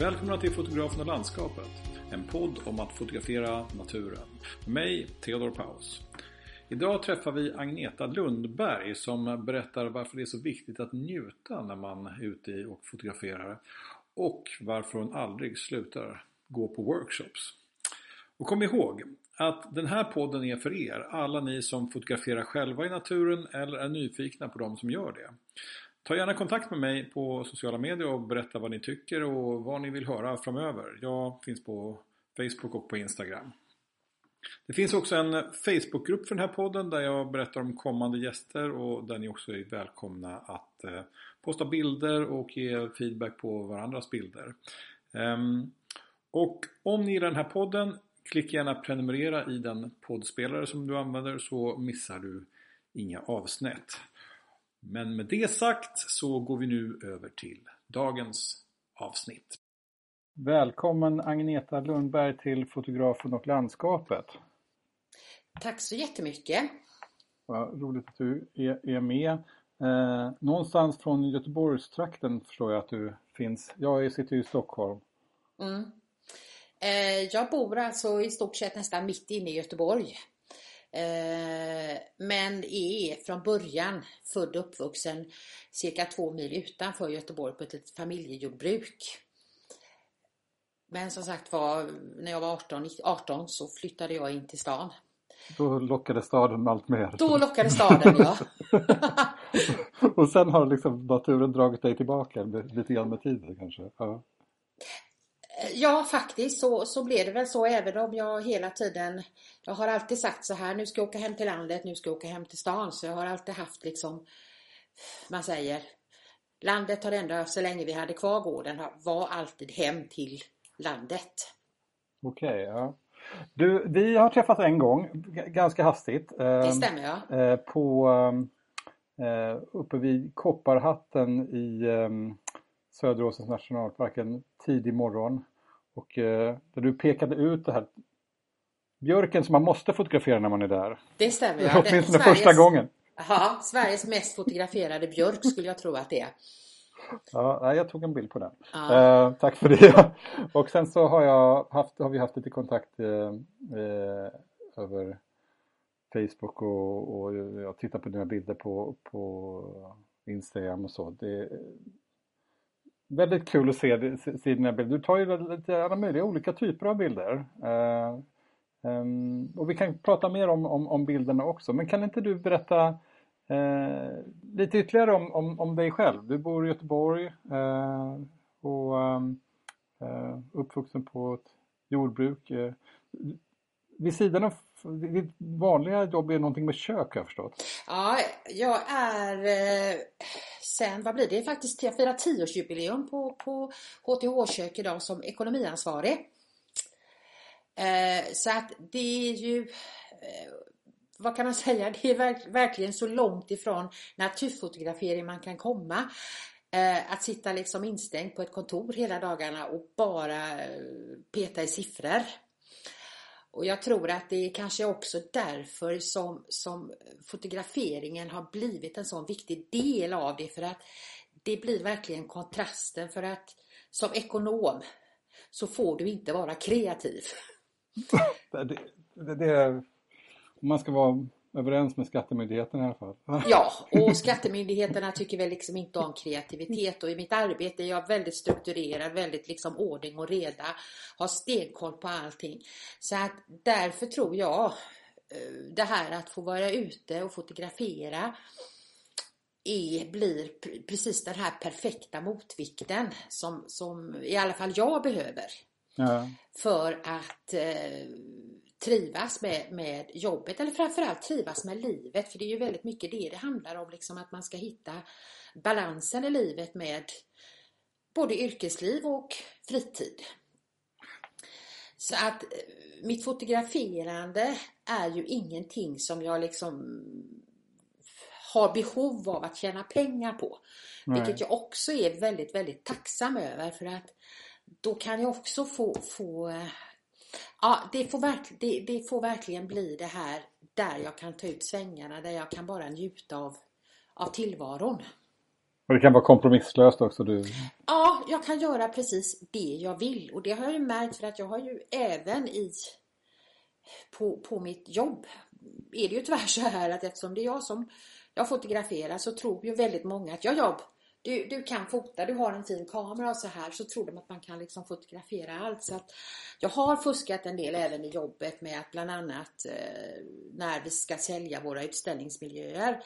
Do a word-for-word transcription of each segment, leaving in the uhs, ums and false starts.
Välkomna till Fotografen och landskapet, en podd om att fotografera naturen. Med mig, Theodor Paus. Idag träffar vi Agneta Lundberg som berättar varför det är så viktigt att njuta när man är ute och fotograferar. Och varför hon aldrig slutar gå på workshops. Och kom ihåg att den här podden är för er, alla ni som fotograferar själva i naturen eller är nyfikna på de som gör det. Ta gärna kontakt med mig på sociala medier och berätta vad ni tycker och vad ni vill höra framöver. Jag finns på Facebook och på Instagram. Det finns också en Facebookgrupp för den här podden där jag berättar om kommande gäster och där ni också är välkomna att posta bilder och ge feedback på varandras bilder. Och om ni gillar den här podden, klicka gärna prenumerera i den poddspelare som du använder så missar du inga avsnitt. Men med det sagt så går vi nu över till dagens avsnitt. Välkommen Agneta Lundberg till Fotografen och landskapet. Tack så jättemycket. Vad roligt att du är, är med. Eh, någonstans från Göteborgstrakten förstår jag att du finns. Jag sitter ju i Stockholm. Mm. Eh, jag bor alltså i stort sett nästan mitt inne i Göteborg. Eh, men är från början född och uppvuxen cirka två mil utanför Göteborg på ett litet familjejordbruk. Men som sagt var, när jag var arton, arton så flyttade jag in till stan. Då lockade staden allt mer. Då lockade staden, ja. Och sen har liksom naturen dragit dig tillbaka lite grann med tiden kanske. Ja. Ja, faktiskt så, så blev det väl så, även om jag hela tiden, jag har alltid sagt så här, nu ska jag åka hem till landet, nu ska jag åka hem till stan. Så jag har alltid haft liksom, man säger, landet har ändå så länge vi hade kvar gården, var alltid hem till landet. Okej, okay, ja. Du, vi har träffats en gång, g- ganska hastigt. Det stämmer, ja. Eh, på, eh, uppe vid Kopparhatten i eh, Söderåsens nationalpark en tidig morgon. Och eh, där du pekade ut det här björken som man måste fotografera när man är där. Det stämmer, ja. Åtminstone Sveriges, första gången. Ja, Sveriges mest fotograferade björk skulle jag tro att det är. Ja, jag tog en bild på den. Ja. Eh, tack för det. Och sen så har, jag haft, har vi haft lite kontakt eh, eh, över Facebook och, och jag tittar på dina bilder på, på Instagram och så. Det är väldigt kul att se, se, se dina bilder. Du tar ju lite alla möjliga olika typer av bilder. Eh, um, och vi kan prata mer om, om, om bilderna också. Men kan inte du berätta Eh, lite ytterligare om, om, om dig själv. Du bor i Göteborg eh, och eh, uppvuxen på ett jordbruk. Eh, vid sidan av ditt vanliga jobb är någonting med kök, har jag förstått. Ja, jag är eh, sen, vad blir det faktiskt, jag firar tioårsjubileum på, på H T H-kök idag som ekonomiansvarig. Eh, så att det är ju eh, vad kan man säga, det är verk, verkligen så långt ifrån naturfotografering man kan komma. Eh, att sitta liksom instängd på ett kontor hela dagarna och bara eh, peta i siffror. Och jag tror att det är kanske också därför som, som fotograferingen har blivit en sån viktig del av det. För att det blir verkligen kontrasten, för att som ekonom så får du inte vara kreativ. det, det, det är... Man ska vara överens med skattemyndigheten i alla fall. Ja, och skattemyndigheterna tycker väl liksom inte om kreativitet. Och i mitt arbete är jag väldigt strukturerad, väldigt liksom ordning och reda. Har stenkoll på allting. Så att därför tror jag det här att få vara ute och fotografera är, blir precis den här perfekta motvikten som, som i alla fall jag behöver. Ja. För att eh, trivas med, med jobbet, eller framförallt trivas med livet. För det är ju väldigt mycket det det handlar om, liksom att man ska hitta balansen i livet med både yrkesliv och fritid. Så att mitt fotograferande är ju ingenting som jag liksom har behov av att tjäna pengar på. Nej. Vilket jag också är väldigt, väldigt tacksam över, för att då kan jag också få, få ja, det får, verkl, det, det får verkligen bli det här där jag kan ta ut svängarna, där jag kan bara njuta av, av tillvaron. Och det kan vara kompromisslöst också. Du... Ja, jag kan göra precis det jag vill. Och det har jag ju märkt, för att jag har ju även i på, på mitt jobb är det ju tyvärr så här att eftersom det är jag som jag fotograferar, så tror ju väldigt många att jag jobb. Du, du kan fota, du har en fin kamera och så här, så tror de att man kan liksom fotografera allt. Så att jag har fuskat en del även i jobbet med att bland annat eh, när vi ska sälja våra utställningsmiljöer,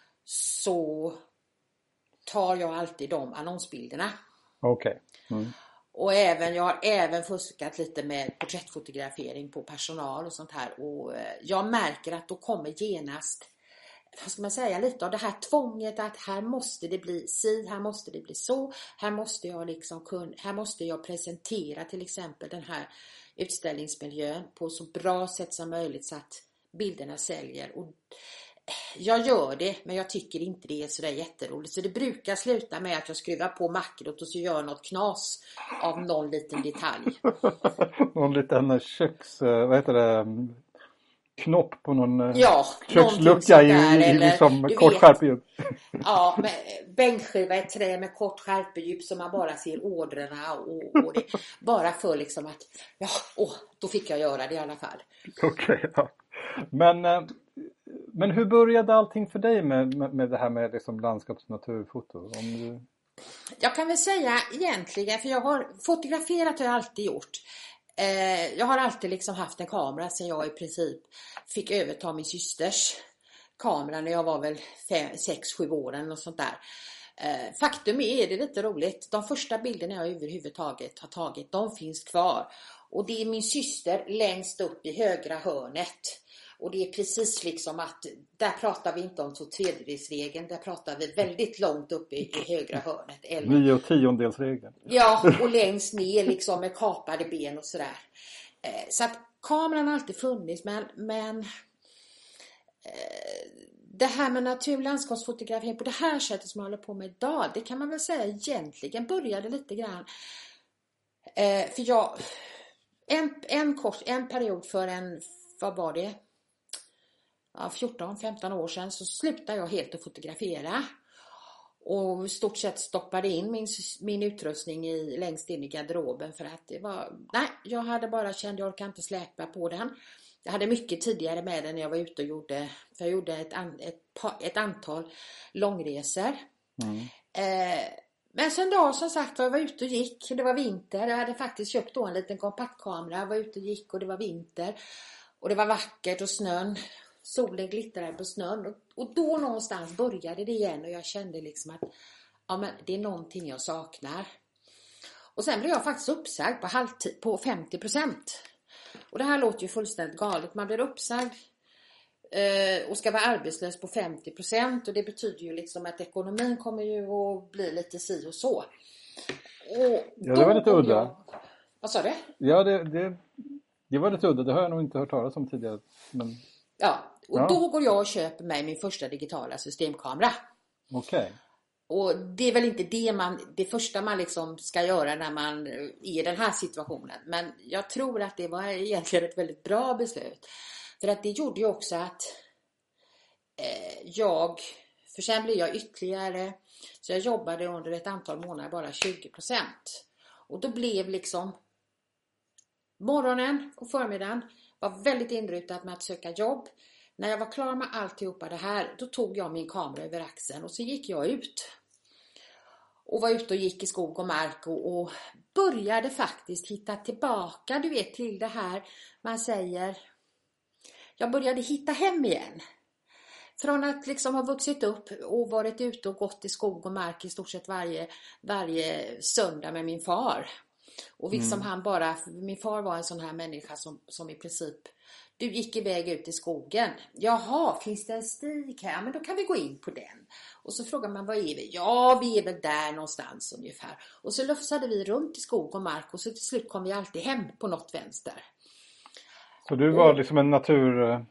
så tar jag alltid de annonsbilderna. Okej. Okay. Mm. Och även, jag har även fuskat lite med porträttfotografering på personal och sånt här. Och eh, jag märker att då kommer genast, vad ska man säga, lite av det här tvånget att här måste det bli si, här måste det bli så, här måste jag liksom kunna, här måste jag presentera till exempel den här utställningsmiljön på så bra sätt som möjligt så att bilderna säljer. Och jag gör det, men jag tycker inte det är så där jätteroligt. Så det brukar sluta med att jag skruvar på makrot och så gör något knas av någon liten detalj. Någon liten köks, vad heter det, knopp på någon ja, kökslucka i, i liksom kort skärpedjup. Ja, med bänkskiva i trä med kort skärpedjup som man bara ser ådrorna och, och det. Bara för liksom att, ja, åh, då fick jag göra det i alla fall. Okej, okay, ja. Men, men hur började allting för dig med, med, med det här med liksom landskaps- och naturfoto? Om du... Jag kan väl säga egentligen, för jag har fotograferat har jag alltid gjort. Jag har alltid liksom haft en kamera sen jag i princip fick överta min systers kamera när jag var väl sex sju år eller något sånt där. Faktum är, det är lite roligt, de första bilderna jag överhuvudtaget har tagit, de finns kvar. Och det är min syster längst upp i högra hörnet. Och det är precis liksom att, där pratar vi inte om två tredjedelsregeln, där pratar vi väldigt långt upp i, i högra hörnet. Eller... Nio och tiondelsregeln. Ja, och längst ner liksom med kapade ben och sådär. Eh, så att kameran har alltid funnits, men, men eh, det här med naturlandskapsfotografering på det här sättet som jag håller på med idag, det kan man väl säga egentligen började lite grann. Eh, för jag, en, en, kort, en period för en, vad var det? fjorton femton år sedan så slutade jag helt att fotografera och i stort sett stoppade in min, min utrustning i, längst in i garderoben, för att det var, nej, jag hade bara känt jag orkade inte släppa på den. Jag hade mycket tidigare med den när jag var ute och gjorde, för jag gjorde ett, ett, ett antal långresor. Mm. Eh, men sen då som sagt jag var ute och gick, det var vinter, jag hade faktiskt köpt då en liten kompaktkamera, jag var ute och gick och det var vinter och det var vackert och snön. Solen glittrade på snön och, och då någonstans började det igen och jag kände liksom att ja, men det är någonting jag saknar. Och sen blev jag faktiskt uppsagd på, halvtid, på femtio procent. Och det här låter ju fullständigt galet. Man blir uppsagd eh, och ska vara arbetslös på femtio procent och det betyder ju liksom att ekonomin kommer ju att bli lite si och så. Och ja, det var lite udda. Jag... Vad sa du? Ja, det, det, det var lite udda. Det har jag nog inte hört talas om tidigare. Men... Ja, och ja. Då går jag och köper mig min första digitala systemkamera. Okej. Okay. Och det är väl inte det, man, det första man liksom ska göra när man är i den här situationen. Men jag tror att det var egentligen ett väldigt bra beslut. För att det gjorde ju också att eh, jag, för sen blev jag ytterligare, så jag jobbade under ett antal månader bara tjugo procent. Och då blev liksom morgonen och förmiddagen var väldigt inrutad med att söka jobb. När jag var klar med alltihopa det här, då tog jag min kamera över axeln och så gick jag ut. Och var ute och gick i skog och mark och, och började faktiskt hitta tillbaka, du vet, till det här man säger. Jag började hitta hem igen. Från att liksom ha vuxit upp och varit ute och gått i skog och mark i stort sett varje, varje söndag med min far. Och liksom mm. han bara, min far var en sån här människa som, som i princip, du gick iväg ut i skogen. Jaha, finns det en stig här? Men då kan vi gå in på den. Och så frågar man, vad är vi? Ja, vi är väl där någonstans ungefär. Och så lufsade vi runt i skog och mark och så till slut kom vi alltid hem på något vänster. Så du var och, liksom en natur...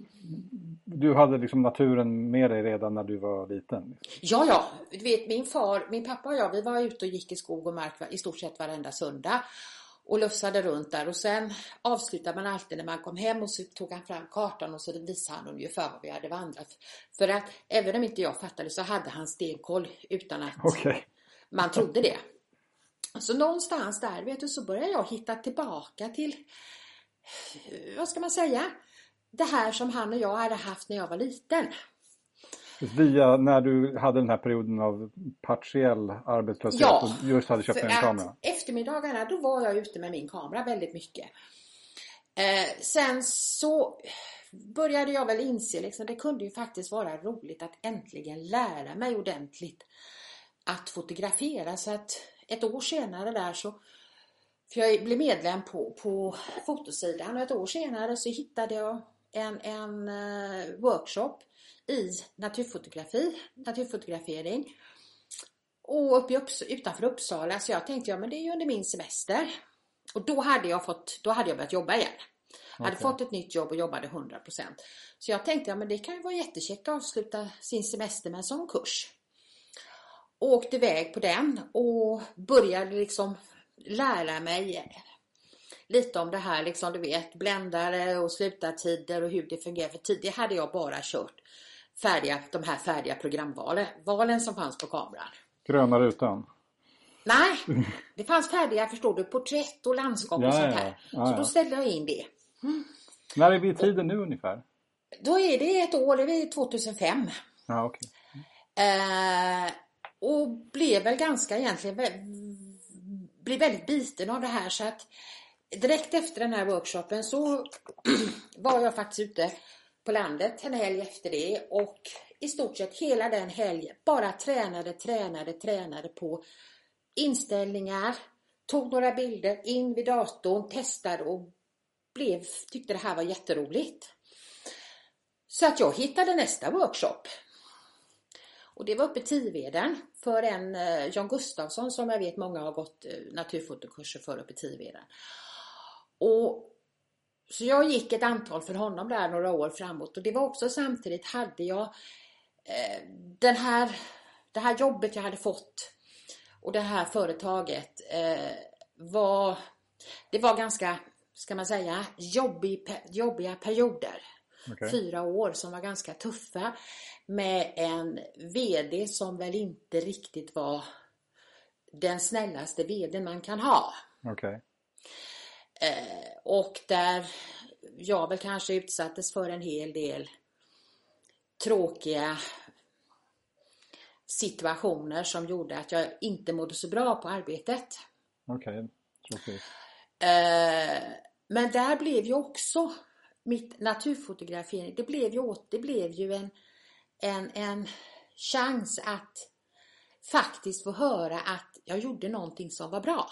Du hade liksom naturen med dig redan när du var liten? Ja, ja. Du vet, min far, min pappa och jag, vi var ute och gick i skog och mark i stort sett varenda söndag. och lussade runt där. Och sen avslutade man alltid när man kom hem och så tog han fram kartan och så visade han ungefär vad vi hade vandrat. För att även om inte jag fattade så hade han stenkoll utan att okay. man trodde det. Så någonstans där, vet du, så började jag hitta tillbaka till, vad ska man säga, det här som han och jag hade haft när jag var liten. Via när du hade den här perioden av partiell arbetslöshet ja, och just hade köpt en kamera. Eftermiddagarna då var jag ute med min kamera väldigt mycket. Eh, sen så började jag väl inse liksom, det kunde ju faktiskt vara roligt att äntligen lära mig ordentligt att fotografera. Så att ett år senare där så, för jag blev medlem på, på fotosidan, och ett år senare så hittade jag en, en uh, workshop i naturfotografi, naturfotografering. Och uppe i Upps- utanför Uppsala, så jag tänkte, ja men det är ju under min semester. Och då hade jag fått, då hade jag börjat jobba igen. Jag hade Okay. fått ett nytt jobb och jobbade hundra procent. Så jag tänkte, ja men det kan ju vara jättekäckt att avsluta sin semester med en sån kurs. Och åkte iväg på den och började liksom lära mig lite om det här, liksom du vet, bländare och slutartider och hur det fungerar. För tidigare hade jag bara kört färdiga, de här färdiga programvalen valen som fanns på kameran. Gröna rutan. Nej, det fanns färdiga, förstår du, porträtt och landskap och ja, sånt ja, här. ja, så ja. då ställde jag in det. Mm. När är vi i tiden nu ungefär? Då är det ett år, det är tjugohundrafem. Ja, okej. Okay. Eh, och blev väl ganska egentligen blev väldigt biten av det här, så att direkt efter den här workshopen så var jag faktiskt ute på landet en helg efter det, och i stort sett hela den helgen bara tränade, tränade, tränade på inställningar, tog några bilder in vid datorn, testade och blev, tyckte det här var jätteroligt. Så att jag hittade nästa workshop. Och det var uppe i Tiveden för en eh, Jan Gustafsson, som jag vet många har gått eh, naturfotokurser för uppe i Tiveden. Och så jag gick ett antal för honom där några år framåt, och det var också samtidigt hade jag eh, den här, det här jobbet jag hade fått och det här företaget eh, var, det var ganska, ska man säga, jobbig, jobbiga perioder. Okay. Fyra år som var ganska tuffa med en vd som väl inte riktigt var den snällaste vd man kan ha. Okay. Eh, och där jag väl kanske utsattes för en hel del tråkiga situationer som gjorde att jag inte mådde så bra på arbetet. Okej, okay. eh, Men där blev ju också mitt naturfotografering, det blev ju, det blev ju en, en, en chans att faktiskt få höra att jag gjorde någonting som var bra.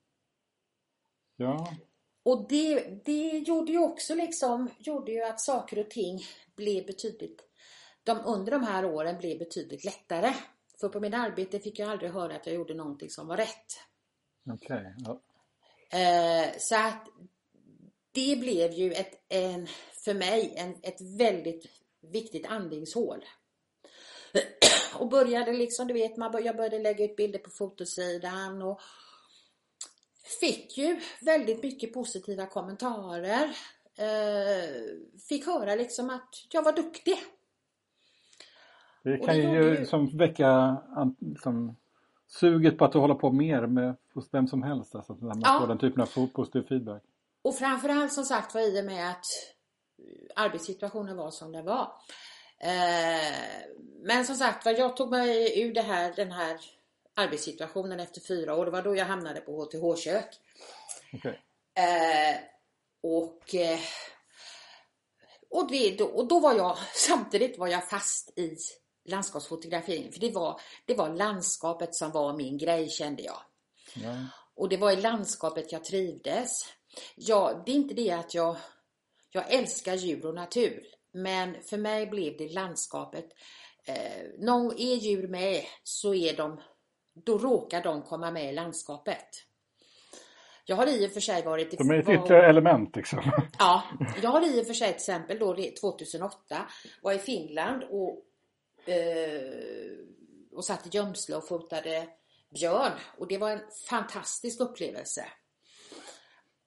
Ja. Och det, det gjorde ju också liksom, gjorde ju att saker och ting blev betydligt, de under de här åren blev betydligt lättare. För på min arbete fick jag aldrig höra att jag gjorde någonting som var rätt. Okej. Okay. Ja. Eh, så att det blev ju ett, en, för mig en, ett väldigt viktigt andningshål. Och började liksom, du vet, man bör, jag började lägga ut bilder på fotosidan och fick ju väldigt mycket positiva kommentarer. Eh, fick höra liksom att jag var duktig. Det kan det ju, ju som väcka som suget på att hålla på mer med hos vem som helst. Alltså när man ja. får den typen av positiv feedback. Och framförallt som sagt var i och med att arbetssituationen var som den var. Eh, men som sagt var, jag tog mig ur det här, den här arbetssituationen efter fyra år. Det var då jag hamnade på H T H-kök. Okay. Eh, och, eh, och, det, då, och då var jag, samtidigt var jag fast i landskapsfotografering. För det var, det var landskapet som var min grej, kände jag. Ja. Och det var i landskapet jag trivdes. Ja, det är inte det att jag, jag älskar djur och natur. Men för mig blev det landskapet. Eh, någon är djur med så är de, då råkar de komma med i landskapet. Jag har i och för sig varit... De är ett yttre element liksom. Ja, jag har i och för sig ett exempel då tjugohundraåtta var i Finland och, eh, och satt i gömsle och fotade björn. Och det var en fantastisk upplevelse.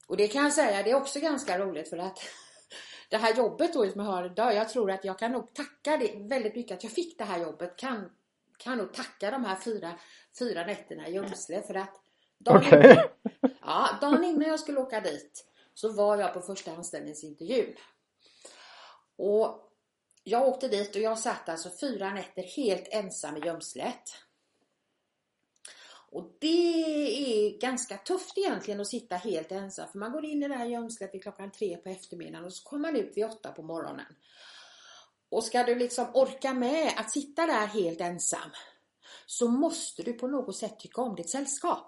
Och det kan jag säga, det är också ganska roligt för att det här jobbet då som jag har idag, jag tror att jag kan nog tacka det väldigt mycket att jag fick det här jobbet. Kan, kan nog tacka de här fyra, fyra nätterna i Ljungsle för att dagen, okay. innan, ja, dagen innan jag skulle åka dit så var jag på första anställningsintervjun. Och jag åkte dit och jag satt alltså fyra nätter helt ensam i Ljungslet. Och det är ganska tufft egentligen att sitta helt ensam. För man går in i det här Ljungslet vid klockan tre på eftermiddagen och så kommer man ut vid åtta på morgonen. Och ska du liksom orka med att sitta där helt ensam så måste du på något sätt tycka om ditt sällskap.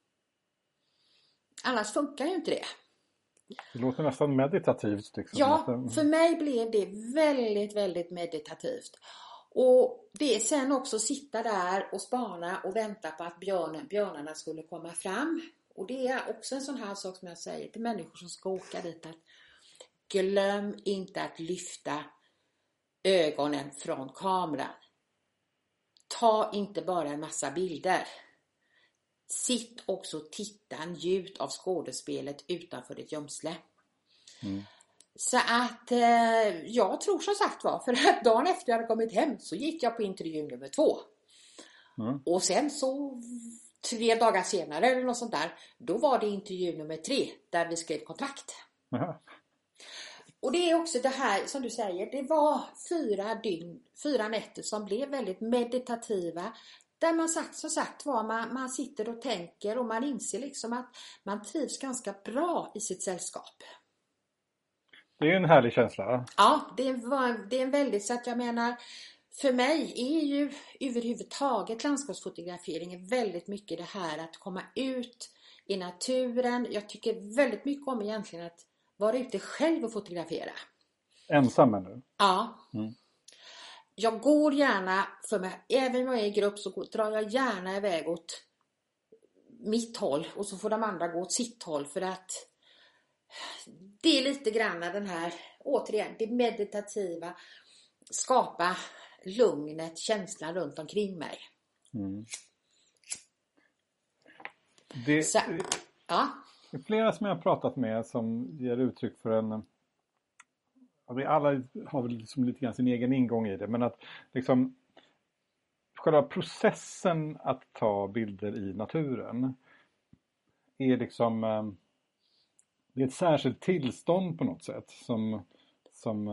Annars funkar ju inte det. Det låter nästan meditativt. Liksom. Ja, för mig blev det väldigt, väldigt meditativt. Och det är sen också sitta där och spana och vänta på att björnen, björnarna skulle komma fram. Och det är också en sån här sak som jag säger till människor som ska åka dit. Att glöm inte att lyfta ögonen från kameran. Ta inte bara en massa bilder. Sitt också och titta, njut av skådespelet utanför ditt gömsle. Mm. Så att eh, jag tror som sagt var, för att dagen efter jag hade kommit hem så gick jag på intervju nummer två. Mm. Och sen så tre dagar senare eller något sånt där, då var det intervju nummer tre där vi skrev kontrakt. Mm. Och det är också det här som du säger, det var fyra dygn, fyra nätter som blev väldigt meditativa. Där man sagt, som sagt var, man, man sitter och tänker och man inser liksom att man trivs ganska bra i sitt sällskap. Det är ju en härlig känsla. Ja, det var, det är en väldigt, så att jag menar, för mig är ju överhuvudtaget landskapsfotografering väldigt mycket det här att komma ut i naturen. Jag tycker väldigt mycket om egentligen att vara ute själv och fotografera. Ensam eller? Ja. Mm. Jag går gärna, för mig, även om jag är i grupp så drar jag gärna iväg åt mitt håll och så får de andra gå åt sitt håll för att det är lite grann den här, återigen, det meditativa, skapa lugnet, känslan runt omkring mig. Mm. Det, så, ja. det är flera som jag har pratat med som ger uttryck för en, alla har väl liksom lite grann sin egen ingång i det, men att liksom själva processen att ta bilder i naturen är liksom det är ett särskilt tillstånd på något sätt som som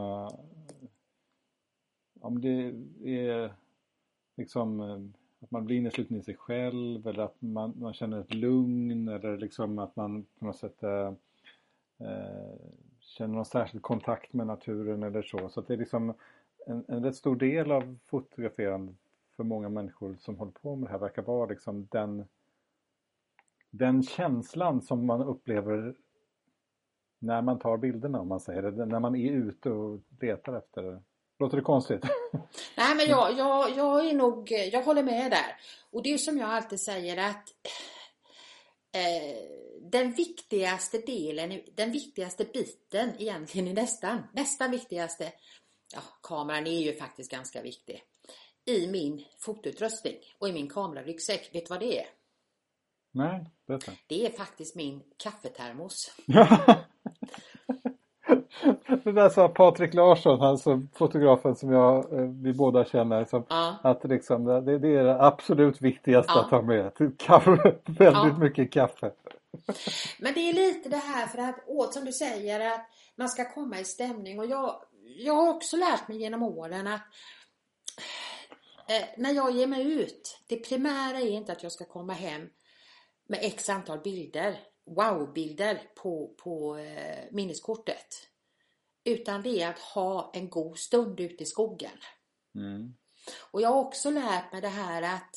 om det är liksom att man blir innesluten i sig själv eller att man, man känner ett lugn eller liksom att man på något sätt eh, känner någon särskild kontakt med naturen eller så. Så att det är liksom en, en rätt stor del av fotograferande för många människor som håller på med det här verkar vara liksom den, den känslan som man upplever när man tar bilderna, om man säger det, när man är ute och letar efter det. Låter det konstigt? Nej, men jag, jag, jag är nog, jag håller med där. Och det är som jag alltid säger att eh, den viktigaste delen, den viktigaste biten egentligen är nästan, nästan viktigaste, ja, kameran är ju faktiskt ganska viktig, i min fotoutrustning och i min kameraryggsäck. Vet du vad det är? Nej, berätta. Det är faktiskt min kaffetermos. Det där sa Patrik Larsson, alltså fotografen som jag, vi båda känner, som ja. att liksom, det, det är det absolut viktigaste ja. att ha med. Kaffe, väldigt ja. mycket kaffe. Men det är lite det här för att, åt som du säger, att man ska komma i stämning. Och jag, jag har också lärt mig genom åren att eh, när jag ger mig ut, det primära är inte att jag ska komma hem med x antal bilder, wow-bilder på, på eh, minneskortet. Utan det är att ha en god stund ute i skogen. Mm. Och jag har också lärt mig det här att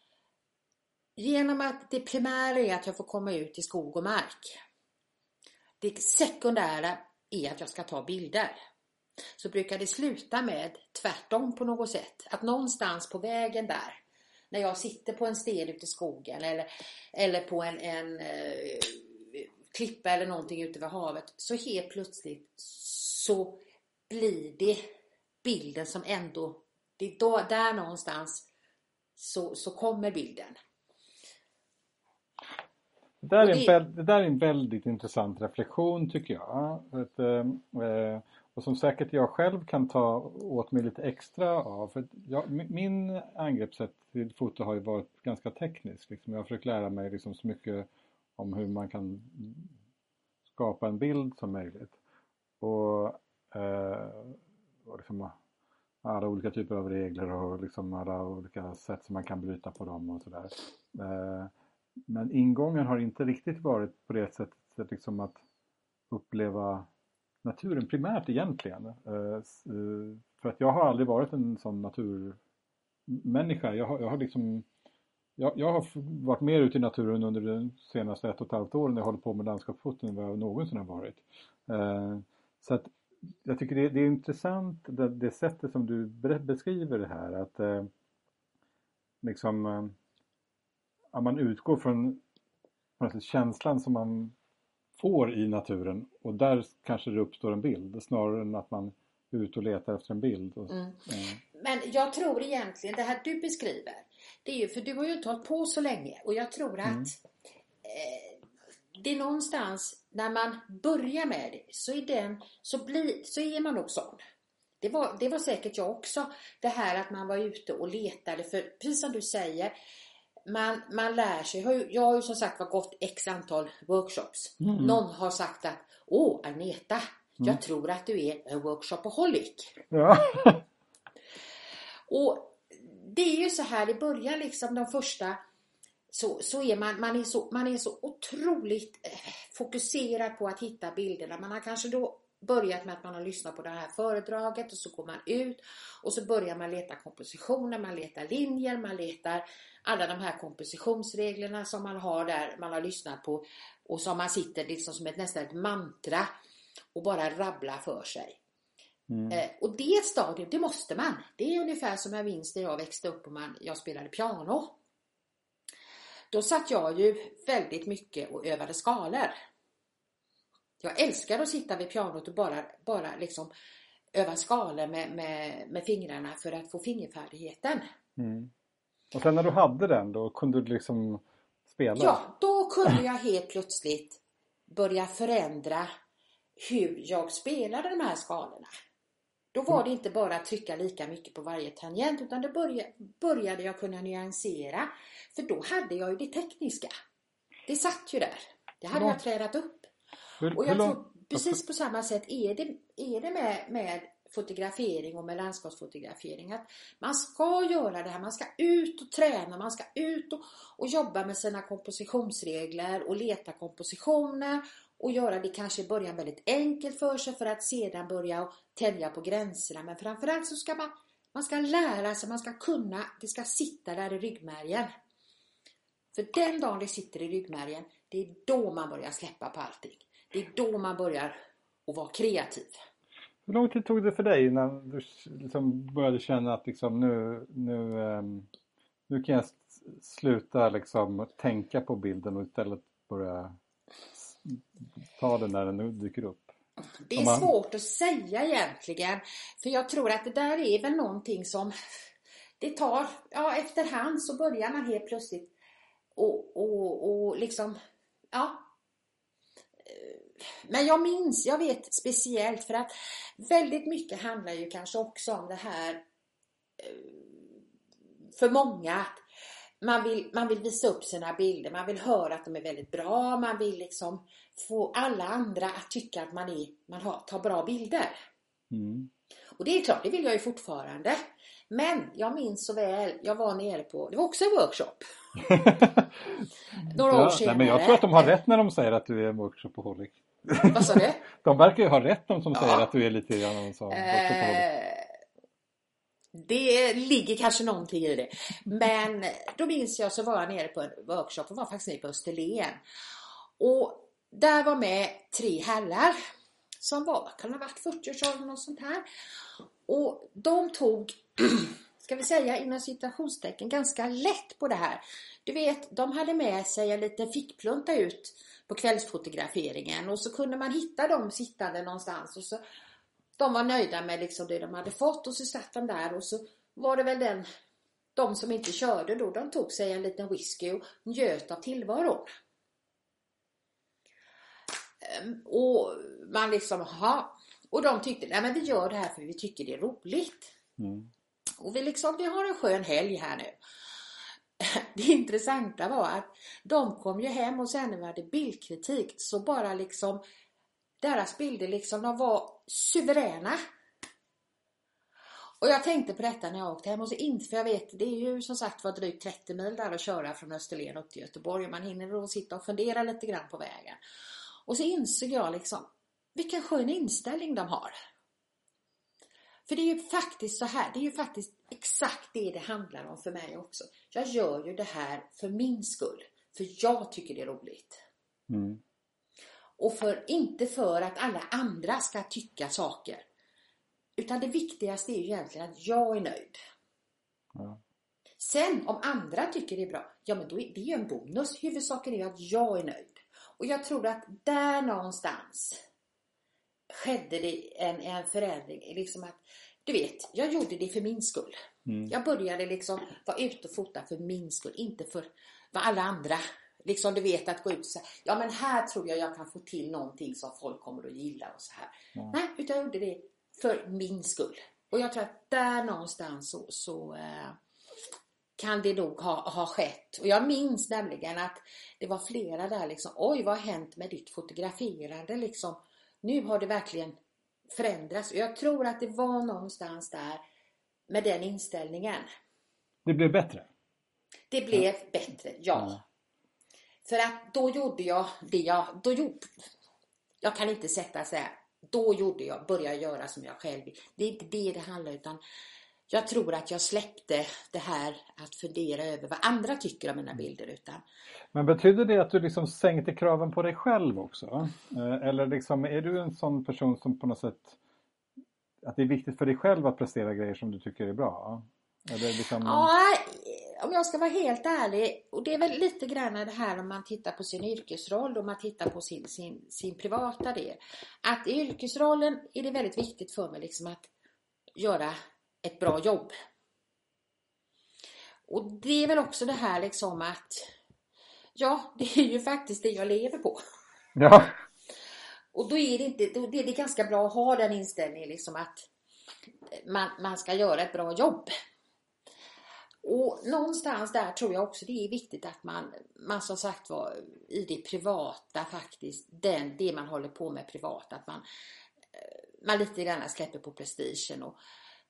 genom att det primära är att jag får komma ut i skog och mark. Det sekundära är att jag ska ta bilder. Så brukar det sluta med tvärtom på något sätt. Att någonstans på vägen där, när jag sitter på en sted ute i skogen eller, eller på en, en eh, klippa eller någonting ute vid havet, så helt plötsligt så blir det bilden som ändå, det är då, där någonstans så, så kommer bilden. Det där, är det... en, det där är en väldigt intressant reflektion tycker jag. Att, eh, och som säkert jag själv kan ta åt mig lite extra av. För jag, min angreppssätt till foto har ju varit ganska tekniskt. Liksom. Jag har försökt lära mig liksom så mycket om hur man kan skapa en bild som möjligt. Och, eh, och liksom alla olika typer av regler och liksom alla olika sätt som man kan bryta på dem och sådär. Eh, men ingången har inte riktigt varit på det sättet liksom att uppleva naturen primärt egentligen. Eh, för att jag har aldrig varit en sån naturmänniska. Jag har, jag har liksom jag, jag har varit mer ute i naturen under de senaste ett och ett halvt åren. Jag håller på med landskapsfoto än vad jag någonsin har varit. Eh, så att jag tycker det, det är intressant det, det sättet som du beskriver det här. Att eh, liksom eh, att man utgår från alltså, känslan som man får i naturen. Och där kanske det uppstår en bild. Snarare än att man är ute och letar efter en bild. Och, mm. eh. Men jag tror egentligen det här du beskriver. Det är ju för du har ju inte hållit på så länge. Och jag tror att mm. eh, det är någonstans när man börjar med det så är, den, så blir, så är man nog sån. Det var, det var säkert jag också. Det här att man var ute och letade. För precis som du säger. Man, man lär sig. Jag har ju som sagt var gått x antal workshops. Mm. Någon har sagt att åh Agneta. Mm. Jag tror att du är en workshopaholic. Ja. Och det är ju så här i början liksom de första. Så, så är man, man, är så, man är så otroligt eh, fokuserad på att hitta bilderna. Man har kanske då börjat med att man har lyssnat på det här föredraget och så går man ut och så börjar man leta kompositioner, man letar linjer, man letar alla de här kompositionsreglerna som man har där man har lyssnat på och som man sitter liksom som ett nästan ett mantra och bara rabblar för sig. Mm. Eh, och det stadiet, det måste man. Det är ungefär som jag minns när jag växte upp och man, jag spelade piano. Då satt jag ju väldigt mycket och övade skalor. Jag älskar att sitta vid pianot och bara, bara liksom öva skalor med, med, med fingrarna för att få fingerfärdigheten. Mm. Och sen när du hade den då kunde du liksom spela? Ja, då kunde jag helt plötsligt börja förändra hur jag spelade de här skalorna. Då var det inte bara att trycka lika mycket på varje tangent utan då började, började jag kunna nyansera. För då hade jag ju det tekniska. Det satt ju där. Det hade jag tränat upp. Hur, och jag hur tror precis på samma sätt är det, är det med, med fotografering och med landskapsfotografering. Att man ska göra det här. Man ska ut och träna. Man ska ut och, och jobba med sina kompositionsregler och leta kompositioner. Och göra det kanske i början väldigt enkelt för sig för att sedan börja tänja på gränserna. Men framförallt så ska man, man ska lära sig, man ska kunna, det ska sitta där i ryggmärgen. För den dagen det sitter i ryggmärgen, det är då man börjar släppa på allting. Det är då man börjar att vara kreativ. Hur lång tid tog det för dig innan du liksom började känna att liksom nu, nu, nu kan jag sluta liksom tänka på bilden och istället börja ta den när den dyker upp? Det är man... svårt att säga egentligen. För jag tror att det där är väl någonting som det tar, ja efterhand så börjar man helt plötsligt och, och, och liksom, ja. Men jag minns, jag vet speciellt för att väldigt mycket handlar ju kanske också om det här för många. Man vill, man vill visa upp sina bilder, man vill höra att de är väldigt bra, man vill liksom få alla andra att tycka att man, är, man har, tar bra bilder. Mm. Och det är klart, det vill jag ju fortfarande. Men jag minns så väl, jag var nere på, det var också en workshop. Några ja, år senare. Nej, men jag tror att de har rätt när de säger att du är en workshopaholic. Vad sa du? De verkar ju ha rätt de som ja. säger att du är lite grann som workshopaholic. Det ligger kanske någonting i det. Men då minns jag så var jag nere på en workshop och var faktiskt nere på Österlen. Och där var med tre herrar som var, kan det ha varit fyrtio-årsåldern och sånt här. Och de tog, ska vi säga inom citationstecken, ganska lätt på det här. Du vet, de hade med sig en liten fickplunta ut på kvällsfotograferingen. Och så kunde man hitta dem sittande någonstans och så de var nöjda med liksom det de hade fått och så satt de där och så var det väl den, de som inte körde då, de tog sig en liten whisky och njöt av tillvaron. Och man liksom, ha. Och de tyckte, nej men vi gör det här för vi tycker det är roligt. Mm. Och vi liksom, vi har en skön helg här nu. Det intressanta var att de kom ju hem och sen när vi hade bildkritik så bara liksom, deras bilder liksom, de var suveräna. Och jag tänkte på detta när jag åkte hem och så inte, för jag vet, det är ju som sagt var drygt trettio mil där att köra från Österlen upp till Göteborg och man hinner då sitta och fundera lite grann på vägen. Och så insåg jag liksom, vilken skön inställning de har. För det är ju faktiskt så här, det är ju faktiskt exakt det det handlar om för mig också. Jag gör ju det här för min skull, för jag tycker det är roligt. Mm. Och för, inte för att alla andra ska tycka saker. Utan det viktigaste är ju egentligen att jag är nöjd. Ja. Sen om andra tycker det är bra, ja men då är det ju en bonus. Huvudsaken är ju att jag är nöjd. Och jag tror att där någonstans skedde det en, en förändring. Liksom att, du vet, jag gjorde det för min skull. Mm. Jag började liksom vara ute och fota för min skull. Inte för vad alla andra. Liksom du vet att gå ut och säga, ja men här tror jag jag kan få till någonting som folk kommer att gilla och så här. Mm. Nej, utan jag gjorde det för min skull. Och jag tror att där någonstans så, så eh, kan det nog ha, ha skett. Och jag minns nämligen att det var flera där liksom, oj vad har hänt med ditt fotograferande liksom. Nu har det verkligen förändrats. Och jag tror att det var någonstans där med den inställningen. Det blev bättre? Det blev ja. bättre, ja. ja. För att då gjorde jag det jag, då gjorde, jag kan inte sätta så här, då gjorde jag, började jag göra som jag själv vill. Det är inte det det handlar utan jag tror att jag släppte det här att fundera över vad andra tycker om mina bilder utan. Men betyder det att du liksom sänkte kraven på dig själv också? Eller liksom, är du en sån person som på något sätt, att det är viktigt för dig själv att prestera grejer som du tycker är bra? Eller liksom... Ja, om jag ska vara helt ärlig, och det är väl lite grann det här om man tittar på sin yrkesroll och man tittar på sin, sin, sin privata del. Att i yrkesrollen är det väldigt viktigt för mig liksom att göra ett bra jobb. Och det är väl också det här liksom att ja, det är ju faktiskt det jag lever på. Ja. Och då är det inte, då är det ganska bra att ha den inställningen liksom att man, man ska göra ett bra jobb. Och någonstans där tror jag också det är viktigt att man, man som sagt var i det privata faktiskt, den, det man håller på med privat, att man, man lite grann släpper på prestigen och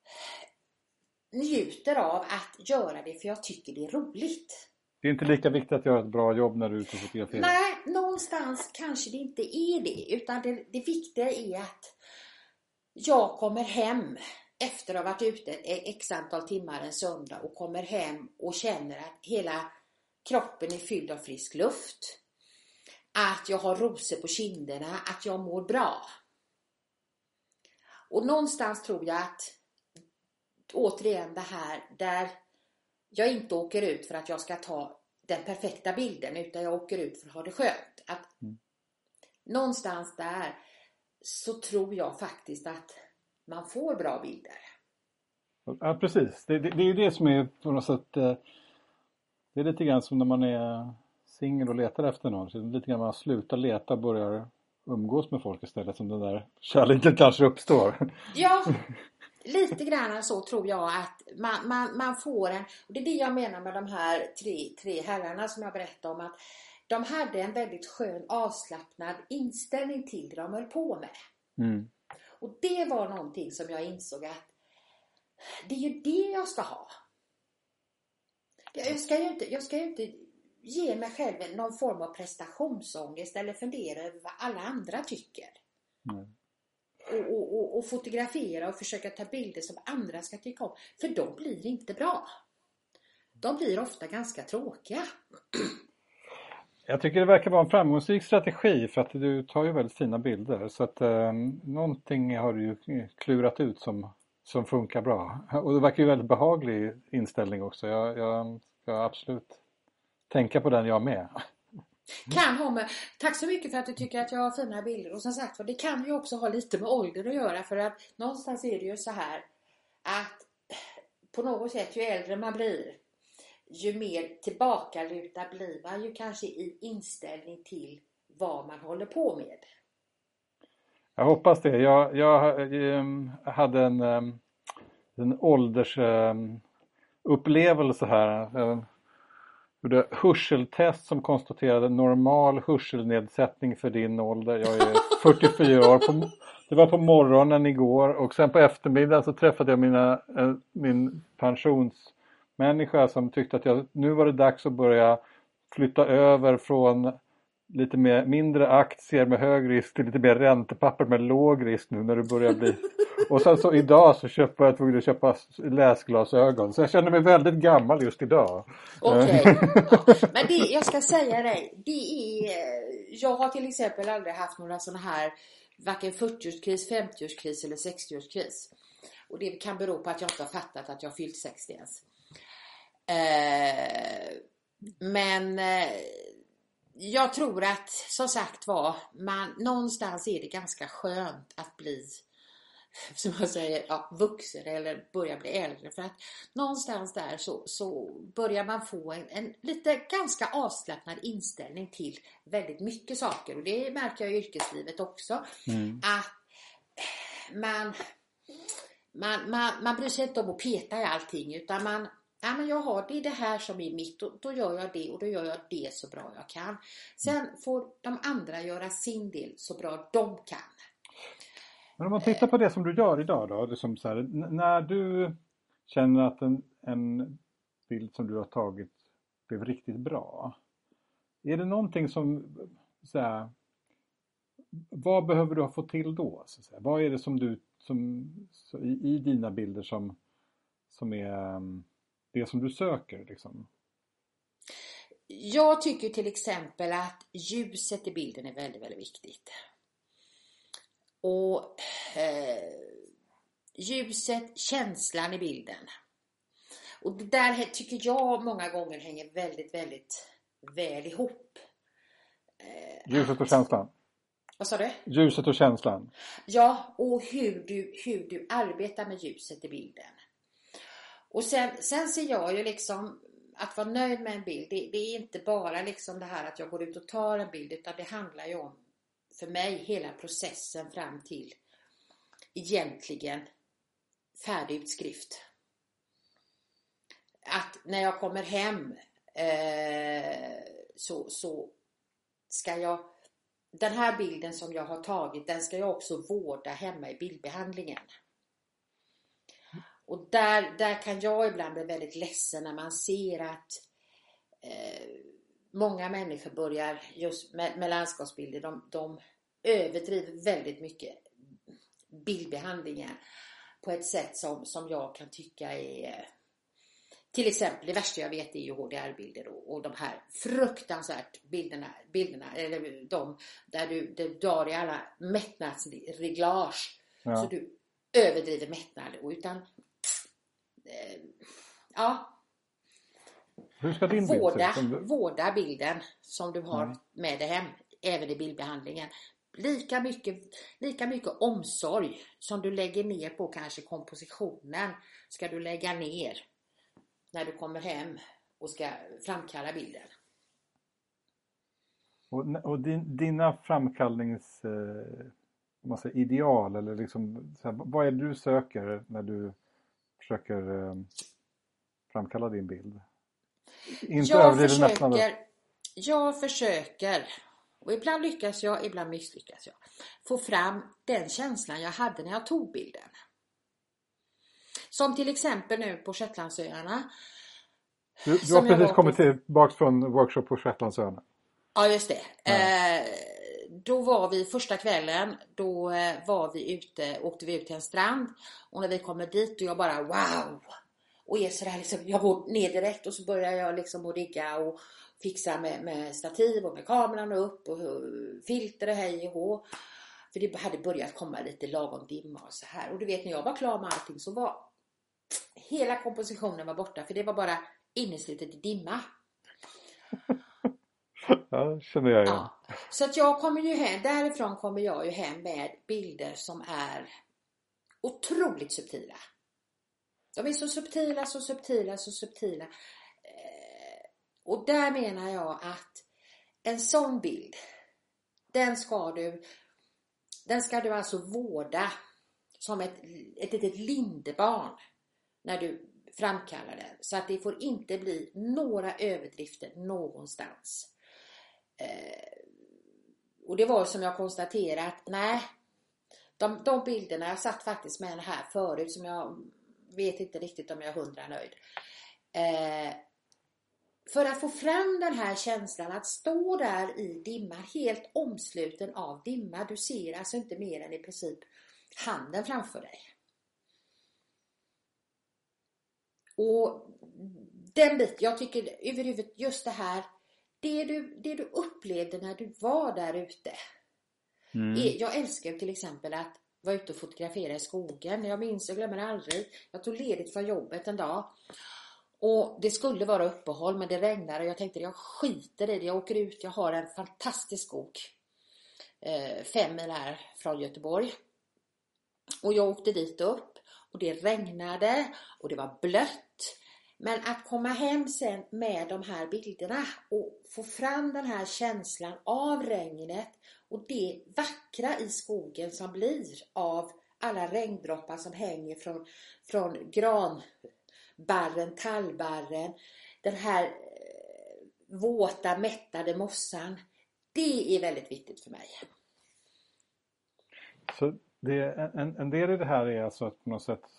njuter av att göra det för jag tycker det är roligt. Det är inte lika viktigt att göra ett bra jobb när du är ute och fotograferar. Nej, någonstans kanske det inte är det. Utan det, det viktiga är att jag kommer hem efter att ha varit ute ett x antal timmar en söndag och kommer hem och känner att hela kroppen är fylld av frisk luft. Att jag har rosor på kinderna, att jag mår bra. Och någonstans tror jag att återigen det här där jag inte åker ut för att jag ska ta den perfekta bilden utan jag åker ut för att ha det skönt. Att mm. någonstans där så tror jag faktiskt att man får bra bilder. Ja, precis. Det, det, det är ju det som är på något sätt, det är lite grann som när man är singel och letar efter någon. Så det är lite grann när man slutar leta och börjar umgås med folk istället som den där kärleken kanske uppstår. Ja, lite grann så tror jag att man, man, man får en, och det är det jag menar med de här tre, tre herrarna som jag berättade om, att de hade en väldigt skön avslappnad inställning till det de höll på med. Mm. Och det var någonting som jag insåg att det är ju det jag ska ha. Jag ska ju inte, jag ska ju inte ge mig själv någon form av prestationsångest eller fundera över vad alla andra tycker. Mm. Och, och, och, och fotografera och försöka ta bilder som andra ska tycka om. För de blir inte bra. De blir ofta ganska tråkiga. Jag tycker det verkar vara en framgångsrik strategi för att du tar ju väldigt fina bilder. Så att eh, någonting har du ju klurat ut som, som funkar bra. Och det verkar ju väldigt behaglig inställning också. Jag, jag ska absolut tänka på den jag med. Kan ha med, tack så mycket för att du tycker att jag har fina bilder. Och som sagt, det kan ju också ha lite med ålder att göra. För att någonstans är det ju så här att på något sätt ju äldre man blir, ju mer tillbakalutad blir man ju kanske i inställning till vad man håller på med. Jag hoppas det. Jag, jag um, hade en, um, en ålders um, upplevelse här. Jag gjorde hörseltest som konstaterade normal hörselnedsättning för din ålder. Jag är fyrtiofyra år. På, det var på morgonen igår och sen på eftermiddagen så träffade jag mina, äh, min pensionsmänniska som tyckte att jag, nu var det dags att börja flytta över från lite mer, mindre aktier med hög risk till lite mer räntepapper med låg risk nu när det börjar bli. Och sen så idag så köper jag tvungen att köpa läsglasögon. Så jag känner mig väldigt gammal just idag. Okej. Okay. Ja. Men det, jag ska säga dig, det är, jag har till exempel aldrig haft några sådana här varken fyrtioårskris, femtioårskris eller sextioårskris. Och det kan bero på att jag inte har fattat att jag har fyllt sextio ens. Eh, men eh, jag tror att, som sagt var, man, någonstans är det ganska skönt att bli, som jag säger, ja, vuxen eller börja bli äldre. För att någonstans där så, så börjar man få en, en lite ganska avslappnad inställning till väldigt mycket saker. Och det märker jag i yrkeslivet också. Mm. Att man, man, man, man bryr sig inte om att peta i allting, utan man, ja, men jag har det, är det här som är mitt, och då gör jag det och då gör jag det så bra jag kan. Sen får de andra göra sin del så bra de kan. Men om man tittar på det som du gör idag då, det som så här, n- när du känner att en, en bild som du har tagit blev riktigt bra, är det någonting som så här, vad behöver du ha fått till då? Så så här, vad är det som du som så i, i dina bilder som som är um, det som du söker liksom? Jag tycker till exempel att ljuset i bilden är väldigt, väldigt viktigt. Och eh, ljuset, känslan i bilden. Och det där tycker jag många gånger hänger väldigt, väldigt väl ihop. Eh, ljuset och känslan. Vad sa du? Ljuset och känslan. Ja, och hur du, hur du arbetar med ljuset i bilden. Och sen, sen ser jag ju liksom att vara nöjd med en bild. Det, det är inte bara liksom det här att jag går ut och tar en bild, utan det handlar ju om, för mig, hela processen fram till egentligen färdig utskrift. Att när jag kommer hem eh, så, så ska jag, den här bilden som jag har tagit, den ska jag också vårda hemma i bildbehandlingen. Och där, där kan jag ibland bli väldigt ledsen när man ser att eh, många människor börjar just med, med landskapsbilder, de, de överdriver väldigt mycket bildbehandlingen på ett sätt som, som jag kan tycka är, till exempel det värsta jag vet är ju H D R-bilder och, och de här fruktansvärt bilderna, bilderna eller de där du, där du drar i alla mättnadsreglage, ja. Så du överdriver mättnad, och utan eh, ja hur ska din bild vårda, se ut? vårda bilden som du har mm. med dig hem, även i bildbehandlingen. Lika mycket, lika mycket omsorg som du lägger ner på kanske kompositionen ska du lägga ner när du kommer hem och ska framkalla bilden. Och, och din, dina framkallnings eh, man säger, ideal eller liksom, så här, vad är det du söker när du försöker eh, framkalla din bild? Inte jag försöker, jag försöker, och ibland lyckas jag, ibland misslyckas jag, få fram den känslan jag hade när jag tog bilden. Som till exempel nu på Shetlandsöarna. Du, du har precis kommit på... tillbaka från workshop på Shetlandsöarna. Ja, just det. Ja. Eh, då var vi första kvällen, då eh, var vi ute, åkte vi ut till en strand. Och när vi kommer dit och jag bara wow. Och är sådär liksom, jag går ner direkt och så börjar jag liksom att rigga och fixa med, med stativ och med kameran och upp och, och filter och hej och hå. För det hade börjat komma lite lagom dimma och så här. Och du vet, när jag var klar med allting så var hela kompositionen var borta. För det var bara inneslutet i dimma. Ja, känner jag igen. Ja. Så att jag kommer ju hem, därifrån kommer jag ju hem med bilder som är otroligt subtila. De är så subtila, så subtila, så subtila. Eh, och där menar jag att en sån bild, den ska du, den ska du alltså vårda som ett, ett litet lindebarn när du framkallar den. Så att det får inte bli några överdrifter någonstans. Eh, och det var som jag konstaterat, nej, de, de bilderna, jag satt faktiskt med den här förut som jag vet inte riktigt om jag är hundra nöjd. Eh, för att få fram den här känslan att stå där i dimma, helt omsluten av dimma. Du ser alltså inte mer än i princip handen framför dig. Och den biten, jag tycker överhuvudtaget just det här, det du, det du upplevde när du var där ute. Mm. Jag älskar till exempel att vara ute och fotografera i skogen. Jag minns, jag glömmer aldrig, jag tog ledigt från jobbet en dag. Och det skulle vara uppehåll, men det regnade och jag tänkte jag skiter i det. Jag åker ut, jag har en fantastisk skog. Eh, fem mil här från Göteborg. Och jag åkte dit upp och det regnade och det var blött. Men att komma hem sen med de här bilderna och få fram den här känslan av regnet och det vackra i skogen som blir av alla regndroppar som hänger från, från granbarren, tallbarren, den här våta, mättade mossan. Det är väldigt viktigt för mig. Så det, en, en del i det här är alltså att på något sätt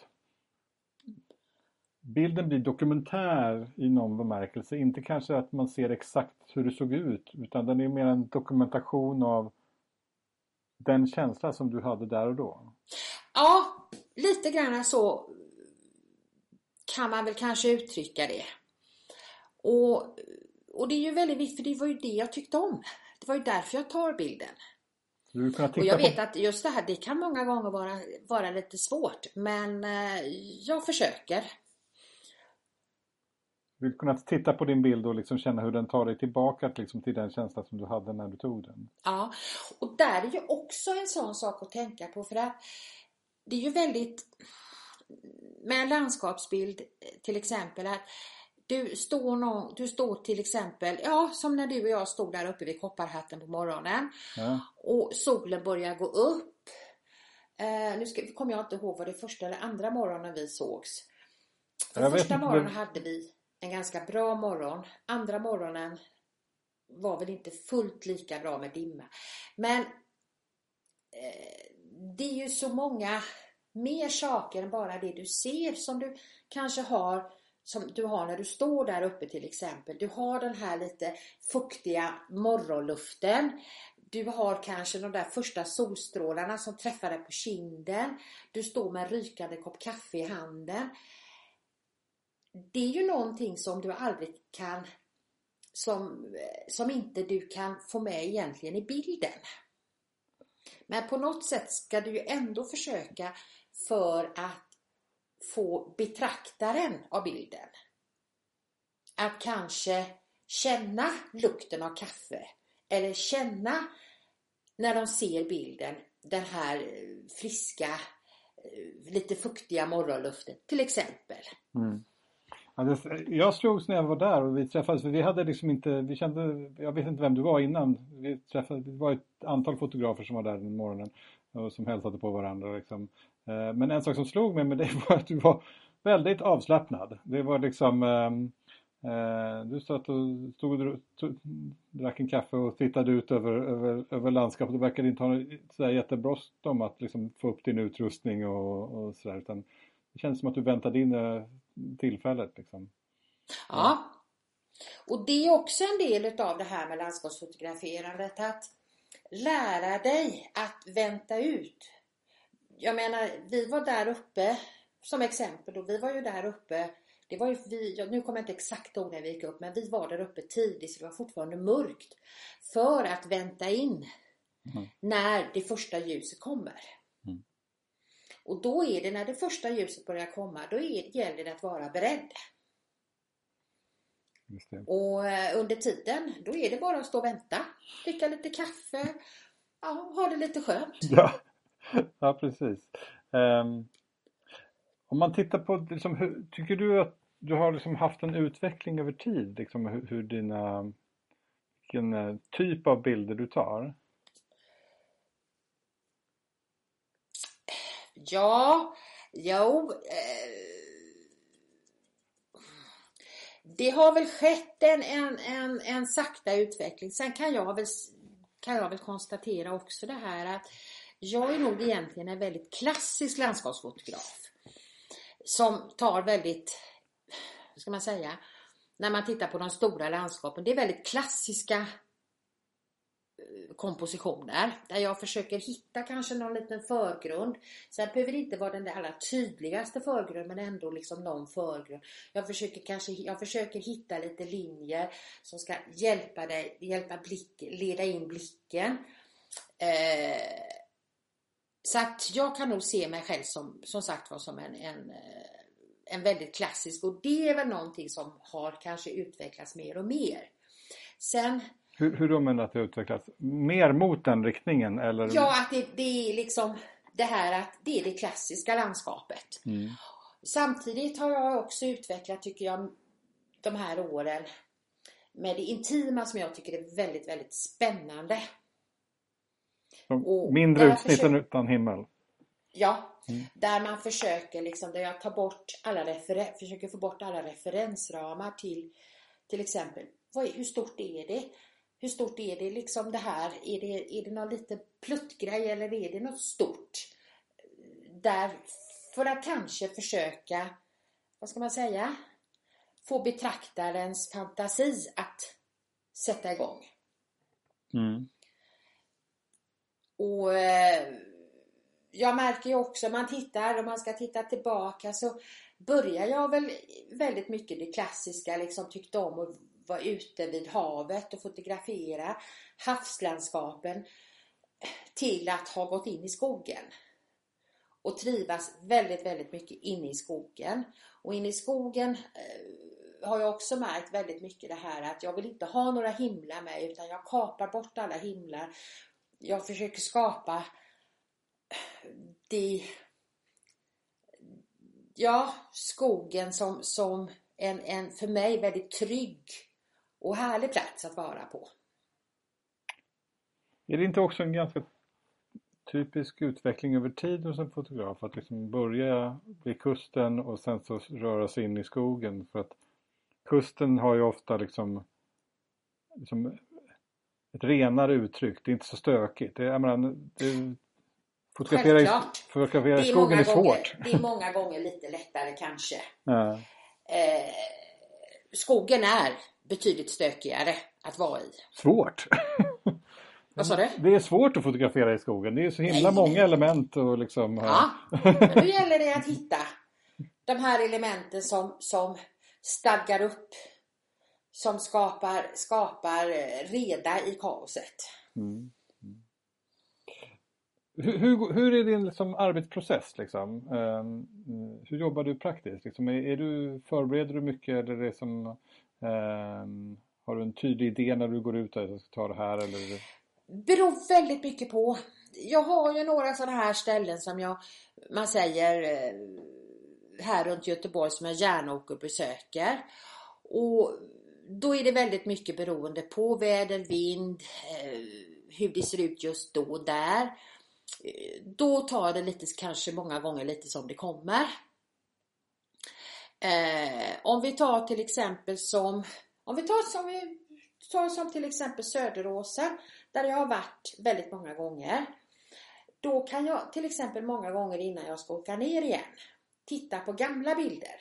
bilden blir dokumentär i någon bemärkelse. Inte kanske att man ser exakt hur det såg ut, utan den är mer en dokumentation av den känsla som du hade där och då. Ja, lite grann så kan man väl kanske uttrycka det. Och, och det är ju väldigt viktigt, för det var ju det jag tyckte om. Det var ju därför jag tar bilden. Och jag vet på... att just det här, det kan många gånger vara, vara lite svårt. Men eh, jag försöker. Du kunna titta på din bild och liksom känna hur den tar dig tillbaka liksom till den känsla som du hade när du tog den. Ja, och där är ju också en sån sak att tänka på. För att det är ju väldigt, med en landskapsbild till exempel, att du står, någon, du står till exempel, ja, som när du och jag stod där uppe vid Kopparhatten på morgonen. Ja. Och solen börjar gå upp. Eh, nu ska, kommer jag inte ihåg vad det första eller andra morgonen vi sågs. För första morgonen det... hade vi en ganska bra morgon. Andra morgonen var väl inte fullt lika bra med dimma. Men eh, det är ju så många mer saker än bara det du ser som du kanske har, som du har när du står där uppe till exempel. Du har den här lite fuktiga morgonluften. Du har kanske de där första solstrålarna som träffar dig på kinden. Du står med en rykande kopp kaffe i handen. Det är ju någonting som du aldrig kan, som, som inte du kan få med egentligen i bilden. Men på något sätt ska du ju ändå försöka för att få betraktaren av bilden att kanske känna lukten av kaffe eller känna när de ser bilden den här friska, lite fuktiga morgonluften till exempel. Mm. Ja, det, jag slogs när jag var där och vi träffades, för vi hade liksom inte, vi kände, jag vet inte vem du var innan, vi träffade, det var ett antal fotografer som var där den morgonen och som hälsade på varandra liksom. Men en sak som slog mig med dig var att du var väldigt avslappnad. Det var liksom, eh, du satt och stod och tog, drack en kaffe och tittade ut över, över, över landskapet. Du verkade inte ha sådär jättebråttom att liksom få upp din utrustning och, och sådär, utan det känns som att du väntade in tillfället liksom. Ja, och det är också en del av det här med landskapsfotograferandet, att lära dig att vänta ut. Jag menar, vi var där uppe som exempel, och vi var ju där uppe, det var ju vi, nu kommer jag inte exakt ihåg när vi gick upp, men vi var där uppe tidigt så det var fortfarande mörkt för att vänta in mm. när det första ljuset kommer. Mm. Och då är det, när det första ljuset börjar komma, då är, gäller det att vara beredd. Just det. Och under tiden, då är det bara att stå och vänta, dricka lite kaffe, ja, ha det lite skönt. Ja. Ja, precis. Um, om man tittar på, liksom, hur, tycker du att du har liksom haft en utveckling över tid? Liksom, hur, hur dina, vilken typ av bilder du tar? Ja, jo. Eh, det har väl skett en, en, en, en sakta utveckling. Sen kan jag väl, kan jag väl konstatera också det här att jag är nog egentligen en väldigt klassisk landskapsfotograf. Som tar väldigt, vad ska man säga, när man tittar på de stora landskapen, det är väldigt klassiska kompositioner där jag försöker hitta kanske någon liten förgrund. Sen behöver det inte vara den där allra tydligaste förgrund, men ändå liksom någon förgrund. Jag försöker kanske jag försöker hitta lite linjer som ska hjälpa dig, hjälpa blick, leda in blicken. Eh, så att jag kan nog se mig själv som som sagt var som en en en väldigt klassisk, och det är väl någonting som har kanske utvecklats mer och mer. Sen Hur, hur då menar att det utvecklas? Mer mot den riktningen? Eller? Ja, att det, det är liksom det här att det är det klassiska landskapet. Mm. Samtidigt har jag också utvecklat, tycker jag, de här åren med det intima som jag tycker är väldigt, väldigt spännande. Och mindre utsnitten försöker, utan himmel. Ja, mm. där man försöker liksom, där jag tar bort alla refer- försöker få bort alla referensramar till till exempel, vad är, hur stort är det? Hur stort är det liksom det här? Är det, är det någon liten pluttgrej eller är det något stort? Där, för att kanske försöka, vad ska man säga, få betraktarens fantasi att sätta igång. Mm. Och eh, jag märker ju också, om man tittar, om man ska titta tillbaka, så börjar jag väl väldigt mycket det klassiska, liksom tyckte om att vara ute vid havet och fotografera havslandskapen, till att ha gått in i skogen och trivas väldigt, väldigt mycket inne i skogen. Och inne i skogen eh, har jag också märkt väldigt mycket det här att jag vill inte ha några himlar med, utan jag kapar bort alla himlar. Jag försöker skapa det, ja, skogen som, som en, en för mig väldigt trygg och härlig plats att vara på. Är det inte också en ganska typisk utveckling över tid som fotograf, att liksom börja vid kusten och sen så röra sig in i skogen? För att kusten har ju ofta liksom, liksom ett renare uttryck, det är inte så stökigt. Det, jag menar, det, fotografera i, fotografera i skogen är svårt. Gånger, det är många gånger lite lättare kanske. Ja. Eh, skogen är betydligt stökigare att vara i. Svårt? Vad sa du? Det är svårt att fotografera i skogen. Det är så himla Nej. många element. Och liksom, ja, men nu gäller det att hitta de här elementen som, som staggar upp. Som skapar, skapar reda i kaoset. Mm. Mm. Hur, hur, hur är din liksom, arbetsprocess? Liksom? Um, hur jobbar du praktiskt? Liksom, är, är du, förbereder du mycket? Eller är det som, um, har du en tydlig idé när du går ut och ska ta det här? Eller? Beror väldigt mycket på. Jag har ju några sådana här ställen som jag, man säger, här runt Göteborg som jag gärna åker och besöker. Och då är det väldigt mycket beroende på väder, vind, hur det ser ut just då och där. Då tar det lite, kanske många gånger lite som det kommer. Eh, om vi tar till exempel som, om vi tar som, vi tar som till exempel Söderåsen, där jag har varit väldigt många gånger. Då kan jag till exempel många gånger innan jag ska åka ner igen titta på gamla bilder.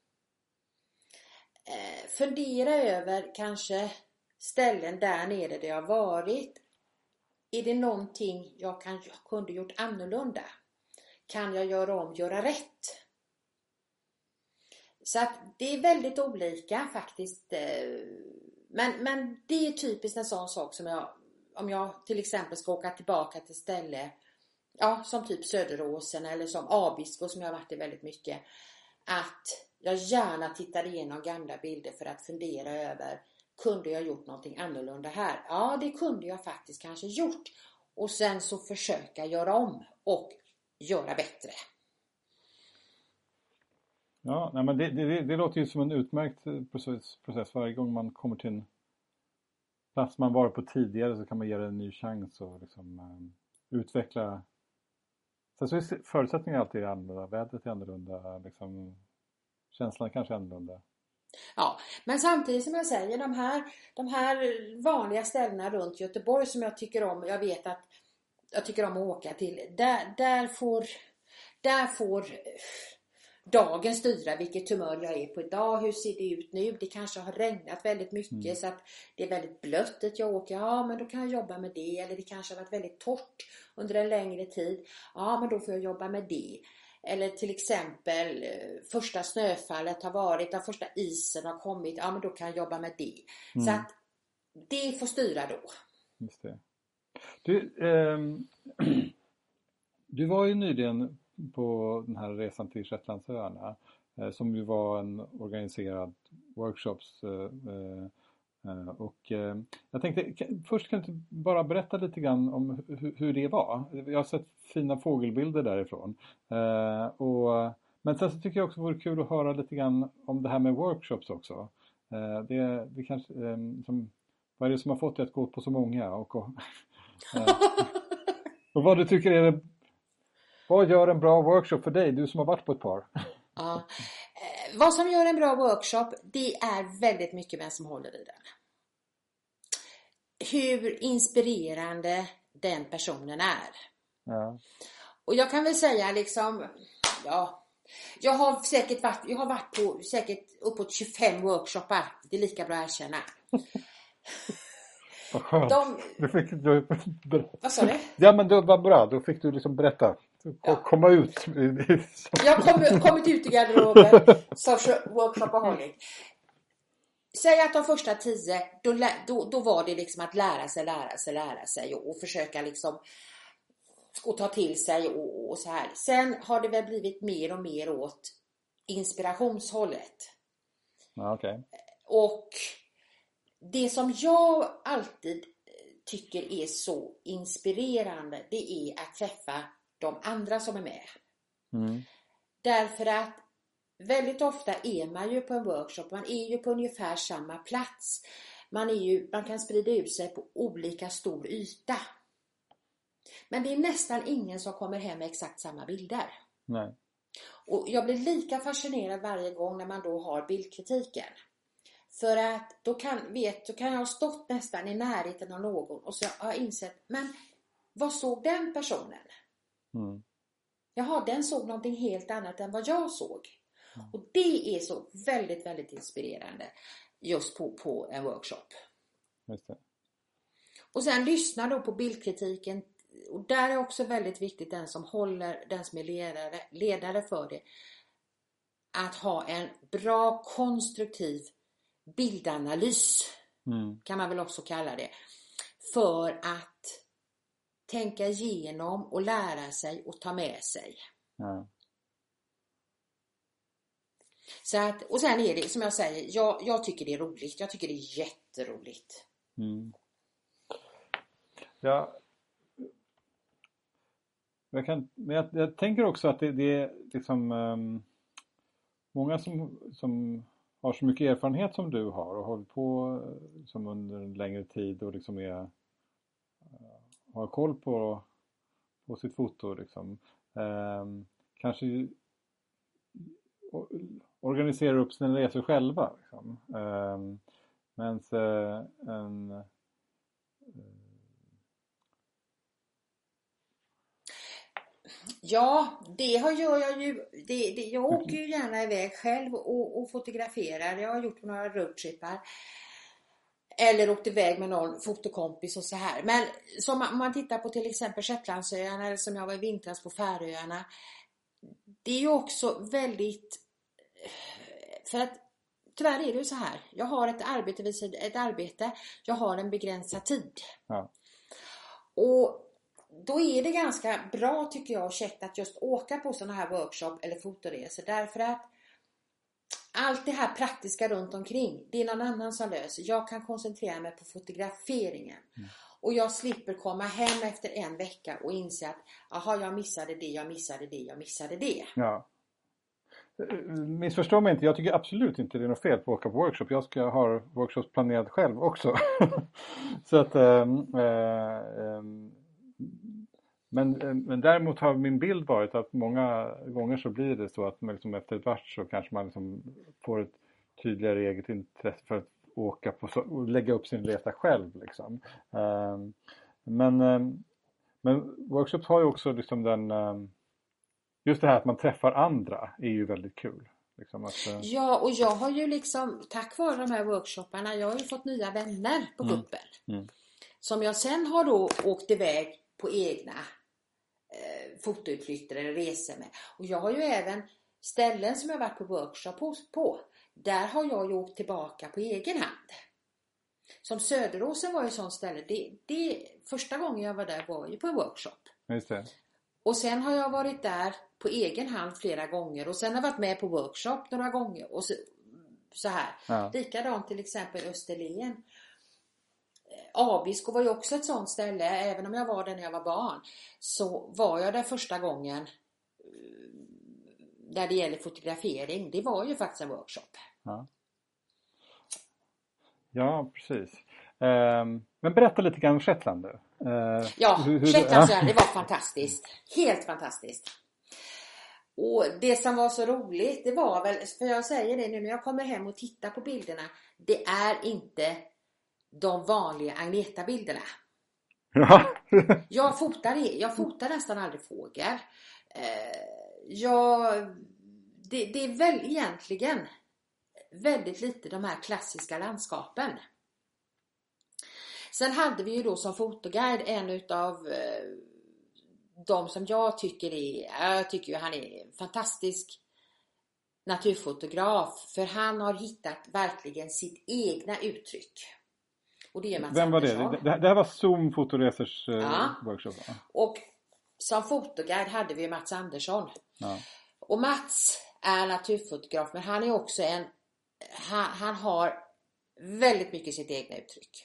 Eh, fundera över kanske ställen där nere där jag har varit. Är det någonting jag, kan, jag kunde gjort annorlunda? Kan jag göra om, göra rätt? Så att det är väldigt olika faktiskt. Men, men det är typiskt en sån sak som jag, om jag till exempel ska åka tillbaka till ställe, ja, som typ Söderåsen eller som Abisko som jag har varit i väldigt mycket, att jag gärna tittar igenom gamla bilder för att fundera över, kunde jag gjort någonting annorlunda här? Ja, det kunde jag faktiskt kanske gjort. Och sen så försöka göra om och göra bättre. Ja, nej, men det, det, det låter ju som en utmärkt process, process. Varje gång man kommer till en plats man varit på tidigare så kan man ge det en ny chans och liksom, um, utveckla Sen så är förutsättningarna alltid annorlunda, vädret är annorlunda, liksom, känslan kanske är annorlunda. Ja, men samtidigt som jag säger, de här, de här vanliga ställena runt Göteborg som jag tycker om, jag vet att jag tycker om att åka till, där, där får, där får dagen styra vilket humör jag är på idag. Hur ser det ut nu? Det kanske har regnat väldigt mycket mm. så att det är väldigt blött att jag åker. Ja, men då kan jag jobba med det. Eller det kanske har varit väldigt torrt under en längre tid. Ja, men då får jag jobba med det. Eller till exempel första snöfallet har varit, den första isen har kommit. Ja, men då kan jag jobba med det. Mm. Så att det får styra då. Just det. Du, eh, du var ju nyligen på den här resan till Shetlandsöarna eh, som ju var en organiserad workshops eh, eh, och eh, jag tänkte först kan du bara berätta lite grann om hur, hur det var. Jag har sett fina fågelbilder därifrån eh, och, men sen så tycker jag också det vore kul att höra lite grann om det här med workshops också. Eh, det, det kanske, eh, som, vad är det som har fått dig att gå på så många och, och, eh, och vad du tycker är det. Vad gör en bra workshop för dig? Du som har varit på ett par. Ja. Eh, vad som gör en bra workshop, det är väldigt mycket vem som håller i den. Hur inspirerande den personen är. Ja. Och jag kan väl säga liksom, ja, jag har säkert varit, jag har varit på säkert uppåt tjugofem workshoppar. Det är lika bra att erkänna. Vad skönt. De... Du fick, du... Vad sa du? Ja, men det var bra. Då fick du liksom berätta. Ja. Komma ut. Jag har kommit, kommit ut i garderoben som workshop och hållit. Säg att de första tio, då, då, då var det liksom att lära sig, lära sig, lära sig och, och försöka liksom och ta till sig och, och så här. Sen har det väl blivit mer och mer åt inspirationshållet. Ja, okay. Och det som jag alltid tycker är så inspirerande, det är att träffa de andra som är med. Mm. Därför att väldigt ofta är man ju på en workshop, man är ju på ungefär samma plats. Man, är ju, man kan sprida ut sig på olika stor yta. Men det är nästan ingen som kommer hem med exakt samma bilder. Nej. Och jag blir lika fascinerad varje gång när man då har bildkritiken. För att då kan, vet, då kan jag ha stått nästan i närheten av någon och så har jag insett, men vad såg den personen? Mm. Jaha, den såg någonting helt annat än vad jag såg. Mm. Och det är så väldigt, väldigt inspirerande just på, på en workshop. Just det. Och sen lyssna då på bildkritiken. Och där är också väldigt viktigt den som håller, den som är ledare, ledare för det. Att ha en bra konstruktiv bildanalys. Mm. Kan man väl också kalla det. För att tänka igenom och lära sig och ta med sig. Ja. Så att, och sen är det som jag säger, jag, jag tycker det är roligt. Jag tycker det är jätteroligt. Mm. Ja. Jag, kan, men jag, jag tänker också att det, det är liksom um, många som, som har så mycket erfarenhet som du har och hållit på som under en längre tid och liksom är, uh, har koll på, på sitt foto liksom. Um, kanske organiserar upp sina resor själva liksom. Um, men uh, en uh, Ja, det gör jag ju. Det, det, jag åker ju gärna iväg själv och, och fotograferar. Jag har gjort några roadtrippar. Eller åkt iväg med någon fotokompis och så här. Men som man, om man tittar på till exempel Shetlandsöarna eller som jag var i vintras på Färöarna. Det är ju också väldigt... För att tyvärr är det ju så här. Jag har ett arbete vid ett arbete. Jag har en begränsad tid. Ja. Och då är det ganska bra tycker jag och käckt att just åka på sådana här workshop eller fotoresor. Därför att allt det här praktiska runt omkring, det är någon annan som löser. Jag kan koncentrera mig på fotograferingen. Mm. Och jag slipper komma hem efter en vecka och inse att aha, jag missade det, jag missade det, jag missade det. Ja. Missförstå mig inte, jag tycker absolut inte det är något fel på att åka på workshop. Jag ska ha workshops planerat själv också. Så att... Ähm, ähm, Men, men däremot har min bild varit att många gånger så blir det så att man liksom efter ett vart så kanske man liksom får ett tydligare eget intresse för att åka på så, och lägga upp sin resa själv liksom. Um, men, um, men workshops har ju också liksom den um, just det här att man träffar andra är ju väldigt kul. Liksom att, uh... Ja, och jag har ju liksom tack vare de här workshopparna, jag har ju fått nya vänner på kuppen. Mm. Mm. Som jag sen har då åkt iväg på egna eh, fotoutflykter eller resor med. Och jag har ju även ställen som jag varit på workshop på, på. Där har jag ju åkt tillbaka på egen hand. Som Söderåsen var ju ett sånt ställe. Det, det, första gången jag var där var ju på en workshop. Just det. Och sen har jag varit där på egen hand flera gånger. Och sen har jag varit med på workshop några gånger. Och så, så här. Ja. Likadant till exempel Österlen. Abisko var ju också ett sånt ställe. Även om jag var där när jag var barn. Så var jag där första gången. Där det gäller fotografering. Det var ju faktiskt en workshop. Ja, ja precis. Um, men berätta lite grann om Shetland nu. Uh, ja, Shetland ja. Det var fantastiskt. Helt fantastiskt. Och det som var så roligt, det var väl, för jag säger det nu när jag kommer hem och tittar på bilderna. Det är inte de vanliga Agneta-bilderna. Ja. jag, fotar, jag fotar nästan aldrig fågel. Uh, jag, det, det är väl egentligen väldigt lite de här klassiska landskapen. Sen hade vi ju då som fotoguide en utav eh, de som jag tycker är, jag tycker ju han är en fantastisk naturfotograf. För han har hittat verkligen sitt egna uttryck. Och det är Mats Vem var Andersson. det? Det, det här var Zoom Fotoresers eh, ja. workshop. Ja. Och som fotoguide hade vi Mats Andersson. Ja. Och Mats är naturfotograf, men han är också en han, han har väldigt mycket sitt egna uttryck.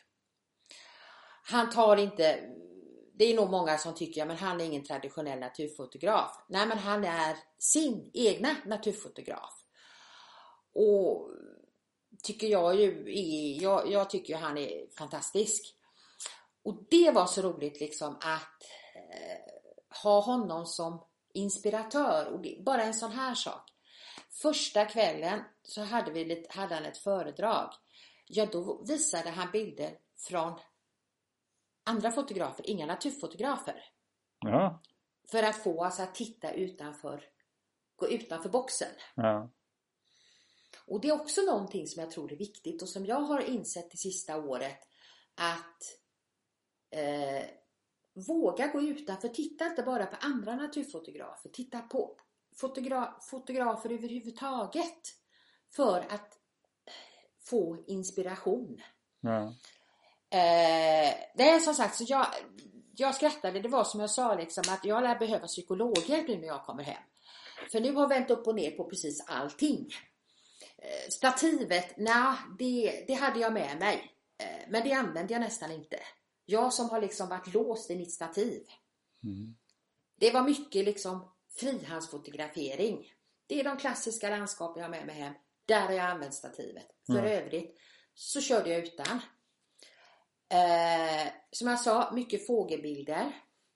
Han tar inte, det är nog många som tycker, ja, men han är ingen traditionell naturfotograf. Nej, men han är sin egna naturfotograf. Och tycker jag ju, jag, jag tycker ju han är fantastisk. Och det var så roligt liksom att eh, ha honom som inspiratör. Och det, bara en sån här sak. Första kvällen så hade, vi lite, hade han ett föredrag. Ja, då visade han bilder från andra fotografer, inga naturfotografer. Ja. För att få oss att titta utanför, gå utanför boxen. Ja. Och det är också någonting som jag tror är viktigt och som jag har insett det sista året. Att eh, våga gå utanför, titta inte bara på andra naturfotografer, titta på fotogra- fotografer överhuvudtaget. För att få inspiration. Ja. Eh, det är som sagt, så jag, jag skrattade, det var som jag sa liksom, att jag lär behöva psykologhjälp nu när jag kommer hem. För nu har jag vänt upp och ner på precis allting. Eh, stativet, nej, det, det hade jag med mig. Eh, men det använde jag nästan inte. Jag som har liksom varit låst i mitt stativ. Mm. Det var mycket liksom frihandsfotografering. Det är de klassiska landskapen jag har med mig hem. Där har jag använt stativet. För mm. övrigt så körde jag utan. Eh, som jag sa, mycket fågelbilder.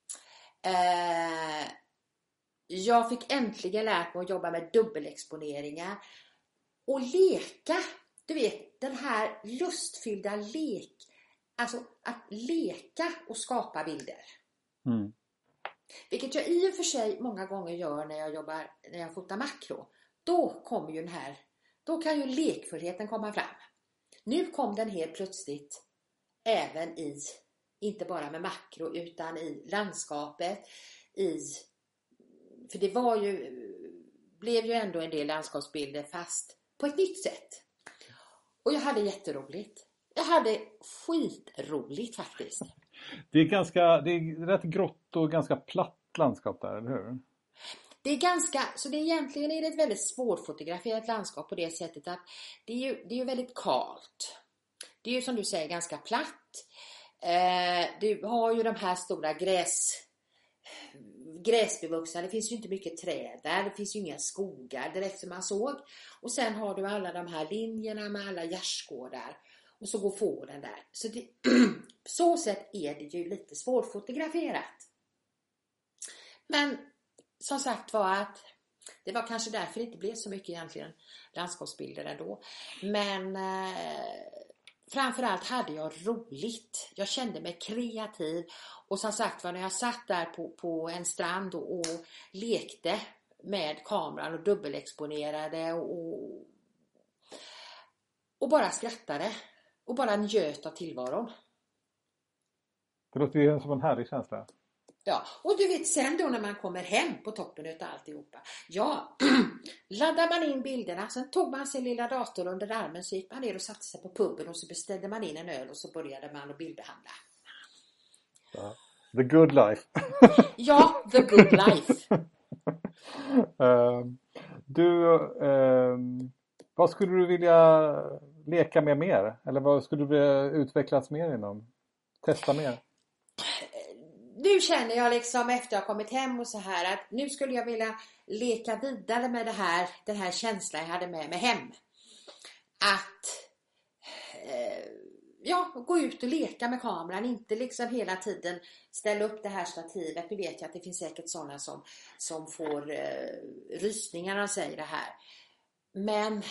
Eh, jag fick äntligen lärt mig att jobba med dubbelexponeringar. Och leka. Du vet, den här lustfyllda lek. Alltså att leka och skapa bilder. Mm. Vilket jag i och för sig många gånger gör när jag jobbar, när jag fotar makro. Då kommer ju den här, då kan ju lekfullheten komma fram. Nu kom den helt plötsligt även i, inte bara med makro utan i landskapet, i, för det var ju, blev ju ändå en del landskapsbilder fast på ett nytt sätt. Och jag hade jätteroligt. Jag hade skitroligt faktiskt. Det är ganska, det är rätt grått och ganska platt landskap där, eller hur? Det är ganska, så det är egentligen är det ett väldigt svårfotograferat landskap på det sättet att det är ju, det är ju väldigt kalt. Det är ju som du säger ganska platt. Eh, du har ju de här stora gräs, gräsbevuxna, det finns ju inte mycket träd där, det finns ju inga skogar direkt som man såg. Och sen har du alla de här linjerna med alla gärdsgårdar. Och så går fåren där. Så det, så sätt är det ju lite svårfotograferat. Men som sagt var att det var kanske därför det inte blev så mycket egentligen landskapsbilder ändå. Men eh, framförallt hade jag roligt. Jag kände mig kreativ. Och som sagt var, när jag satt där på, på en strand och, och lekte med kameran och dubbelexponerade och, och, och bara skrattade. Och bara njöt av tillvaron. Det låter ju som en härlig känsla. Ja, och du vet sen då när man kommer hem på toppen utav alltihopa. Ja, laddar man in bilderna. Sen tog man sin lilla dator under armen. Så gick man ner och satte sig på puben. Och så beställde man in en öl. Och så började man att bildbehandla. Ja. The good life. Ja, the good life. uh, du, uh, vad skulle du vilja leka med mer? Eller vad skulle du vilja utvecklas mer inom? Testa mer? Nu känner jag liksom efter jag kommit hem och så här att nu skulle jag vilja leka vidare med det här, den här känslan jag hade med mig hem. Att eh, ja, gå ut och leka med kameran, inte liksom hela tiden ställa upp det här stativet. Nu vet jag att det finns säkert sådana som, som får eh, rysningar när de säger det här. Men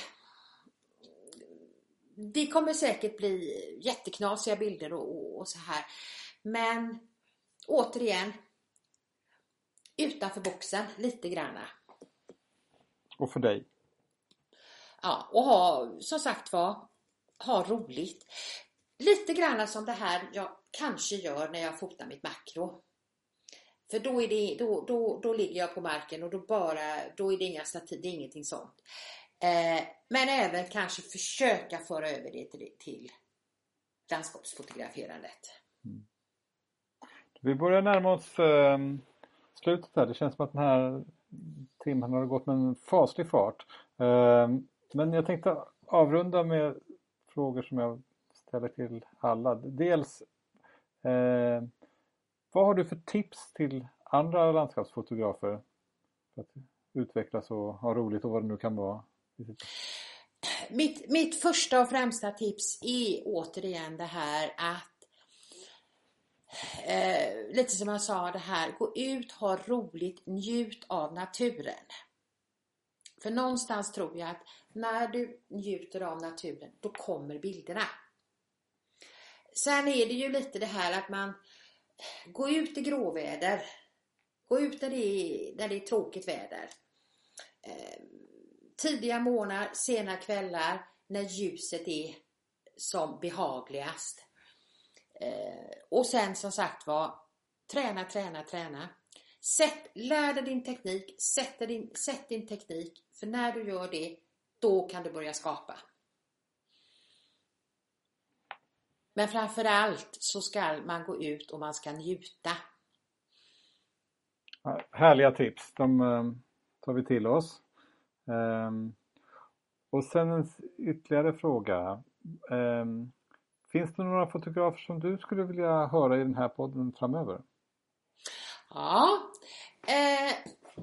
det kommer säkert bli jätteknasiga bilder och, och, och så här. Men återigen, utanför boxen lite granna. Och för dig? Ja, och ha, som sagt var, ha roligt. Lite granna som det här jag kanske gör när jag fotar mitt makro. För då, är det, då, då, då ligger jag på marken och då, bara, då är det inga stativ, det är ingenting sånt. Eh, men även kanske försöka föra över det till, till landskapsfotograferandet. Mm. Vi börjar närma oss eh, slutet här. Det känns som att den här timmen har gått med en faslig fart. Eh, men jag tänkte avrunda med frågor som jag ställer till alla. Dels, eh, vad har du för tips till andra landskapsfotografer för att utvecklas och ha roligt och vad det nu kan vara? Mitt, mitt första och främsta tips är återigen det här att Eh, lite som jag sa det här, gå ut, ha roligt, njut av naturen. För någonstans tror jag att när du njuter av naturen, då kommer bilderna. Sen är det ju lite det här att man går ut i gråväder, gå ut när det är, när det är tråkigt väder. Eh, tidiga morgnar, sena kvällar, när ljuset är som behagligast. Eh, och sen som sagt var, träna, träna, träna. Sätt, lär dig din teknik, sätt din, sätt din teknik. För när du gör det, då kan du börja skapa. Men framförallt så ska man gå ut och man ska njuta. Ja, härliga tips, de uh, tar vi till oss. Um, och sen en ytterligare fråga. Um, Finns det några fotografer som du skulle vilja höra i den här podden framöver? Ja. Eh,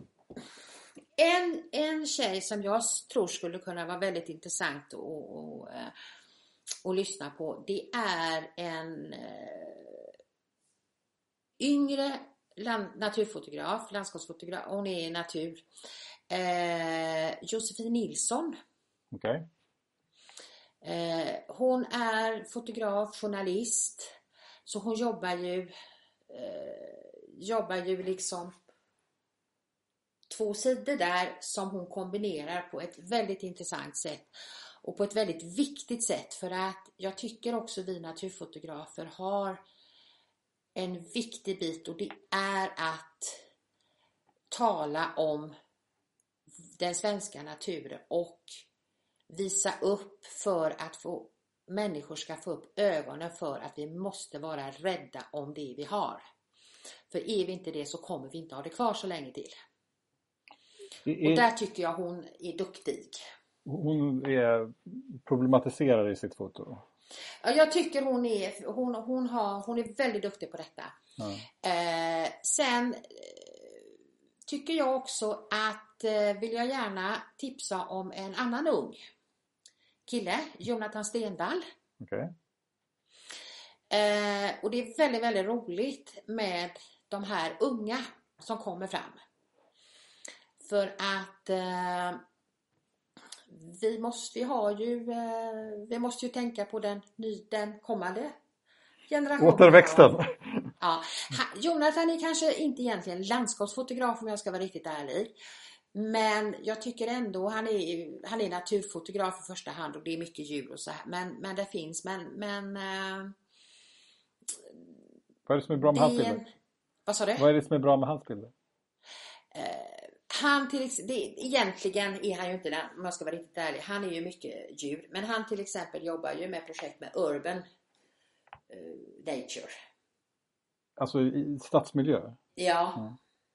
en, en tjej som jag tror skulle kunna vara väldigt intressant att och, och, och lyssna på. Det är en eh, yngre land, naturfotograf, landskapsfotograf. Hon är natur. Eh, Josefin Nilsson. Okej. Okay. Eh, hon är fotograf, journalist, så hon jobbar ju eh, jobbar ju liksom två sidor där som hon kombinerar på ett väldigt intressant sätt och på ett väldigt viktigt sätt, för att jag tycker också vi naturfotografer har en viktig bit, och det är att tala om den svenska naturen och visa upp för att få människor ska få upp ögonen för att vi måste vara rädda om det vi har. För är vi inte det så kommer vi inte ha det kvar så länge till. Är, och där tycker jag hon är duktig. Hon är problematiserad i sitt foto. Ja, jag tycker hon är hon, hon, har, hon är väldigt duktig på detta. Ja. Eh, sen eh, tycker jag också att eh, vill jag gärna tipsa om en annan ung kille, Jonathan Stenvall. Okay. Eh, och det är väldigt, väldigt roligt med de här unga som kommer fram. För att eh, vi måste vi har ju eh, vi måste ju tänka på den ny, den kommande generationen. Återväxten. Ja, Jonathan är kanske inte egentligen landskapsfotograf om jag ska vara riktigt ärlig. Men jag tycker ändå han är han är naturfotograf i första hand och det är mycket djur och så här. Men men det finns men men eh, vad är det som är bra med hans bilder? En, vad sa du? Vad är det som är bra med hans bilder? Eh, han till det, egentligen är han ju inte där, om jag ska vara riktigt ärlig. Han är ju mycket djur, men han till exempel jobbar ju med projekt med urban eh, nature. Alltså i stadsmiljö? Ja. Mm.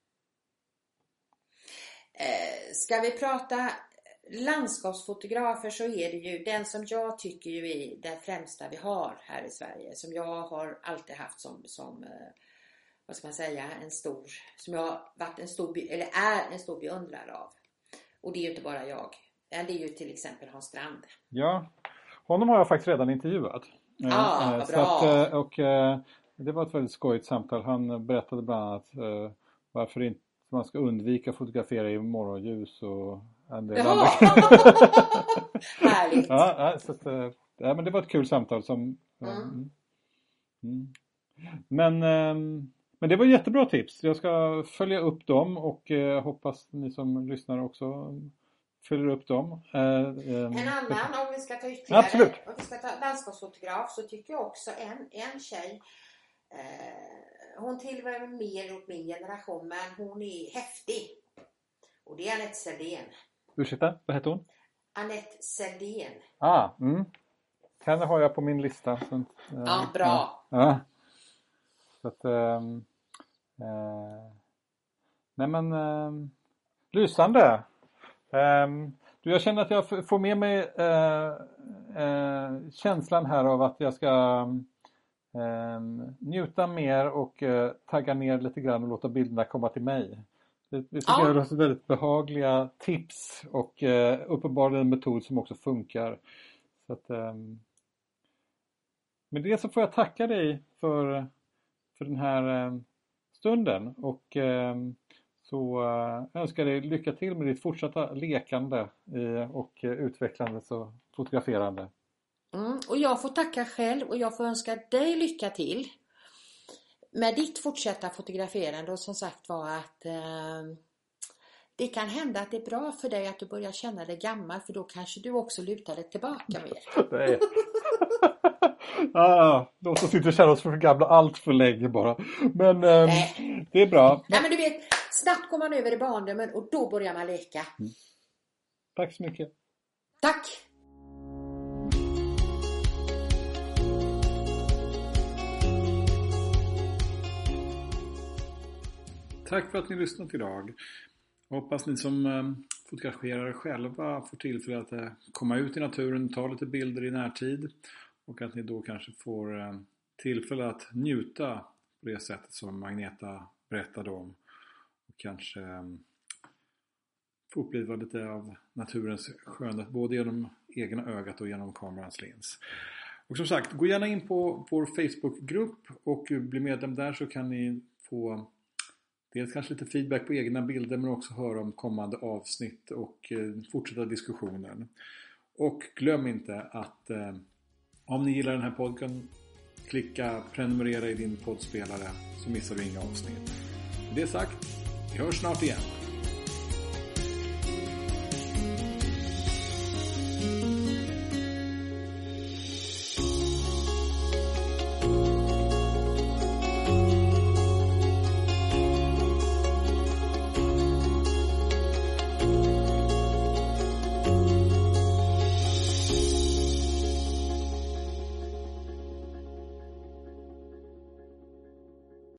Eh, ska vi prata landskapsfotografer så är det ju den som jag tycker ju är den främsta vi har här i Sverige. Som jag har alltid haft som, som eh, vad ska man säga, en stor, som jag har varit en stor, eller är en stor beundrare av. Och det är ju inte bara jag. Det är ju till exempel Hans Strand. Ja, honom har jag faktiskt redan intervjuat. Ah, eh, vad så bra. att, och eh, det var ett väldigt skojigt samtal. Han berättade bland annat eh, varför inte man ska undvika fotografera i morgonljus och en del andra. Härligt. Ja, ja, så att, eh, ja, men det var ett kul samtal som Mm. mm. Mm. Men eh, Men det var jättebra tips. Jag ska följa upp dem och eh, hoppas ni som lyssnar också följer upp dem. Eh, eh, en annan, om vi ska ta ytterligare, absolut. om vi ska ta landskapsfotograf så tycker jag också en, en tjej, eh, hon tillhör mer åt min generation men hon är häftig. Och det är Anette Seldén. Ursäkta, vad heter hon? Anette Seldén. Ah, mm. Henne har jag på min lista. Så, eh, Ja, bra. Ja. Ja. Så att, ehm, eh, nej men, eh, lysande. Eh, du, jag känner att jag f- får med mig eh, eh, känslan här av att jag ska eh, njuta mer och eh, tagga ner lite grann och låta bilderna komma till mig. Det, det tycker Ja. jag är väldigt behagliga tips och eh, uppenbarligen en metod som också funkar. Så att, eh, med det så får jag tacka dig för för den här eh, stunden och eh, så eh, önskar dig lycka till med ditt fortsatta lekande eh, och eh, utvecklande och fotograferande. Mm, och jag får tacka själv och jag får önska dig lycka till med ditt fortsatta fotograferande och som sagt var att eh, det kan hända att det är bra för dig att du börjar känna dig gammal för då kanske du också lutar dig tillbaka mer. Nej. ah, låt oss inte känna oss för gamla allt för länge bara. Men eh, det är bra. Nej men du vet, snabbt går man över i barndomen och då börjar man leka. Mm. Tack så mycket. Tack! Tack för att ni lyssnat idag. Jag hoppas ni som eh, fotograferar själva får tillfälle att eh, komma ut i naturen, ta lite bilder i närtid. Och att ni då kanske får eh, tillfälle att njuta på det sättet som Agneta berättade om. Och kanske eh, få uppleva lite av naturens skönhet både genom egna ögat och genom kamerans lins. Och som sagt, gå gärna in på vår Facebookgrupp och bli medlem där så kan ni få dels kanske lite feedback på egna bilder men också höra om kommande avsnitt och eh, fortsätta diskussionen. Och glöm inte att eh, om ni gillar den här podden, klicka prenumerera i din poddspelare så missar du inga avsnitt. Med det sagt, vi hörs snart igen.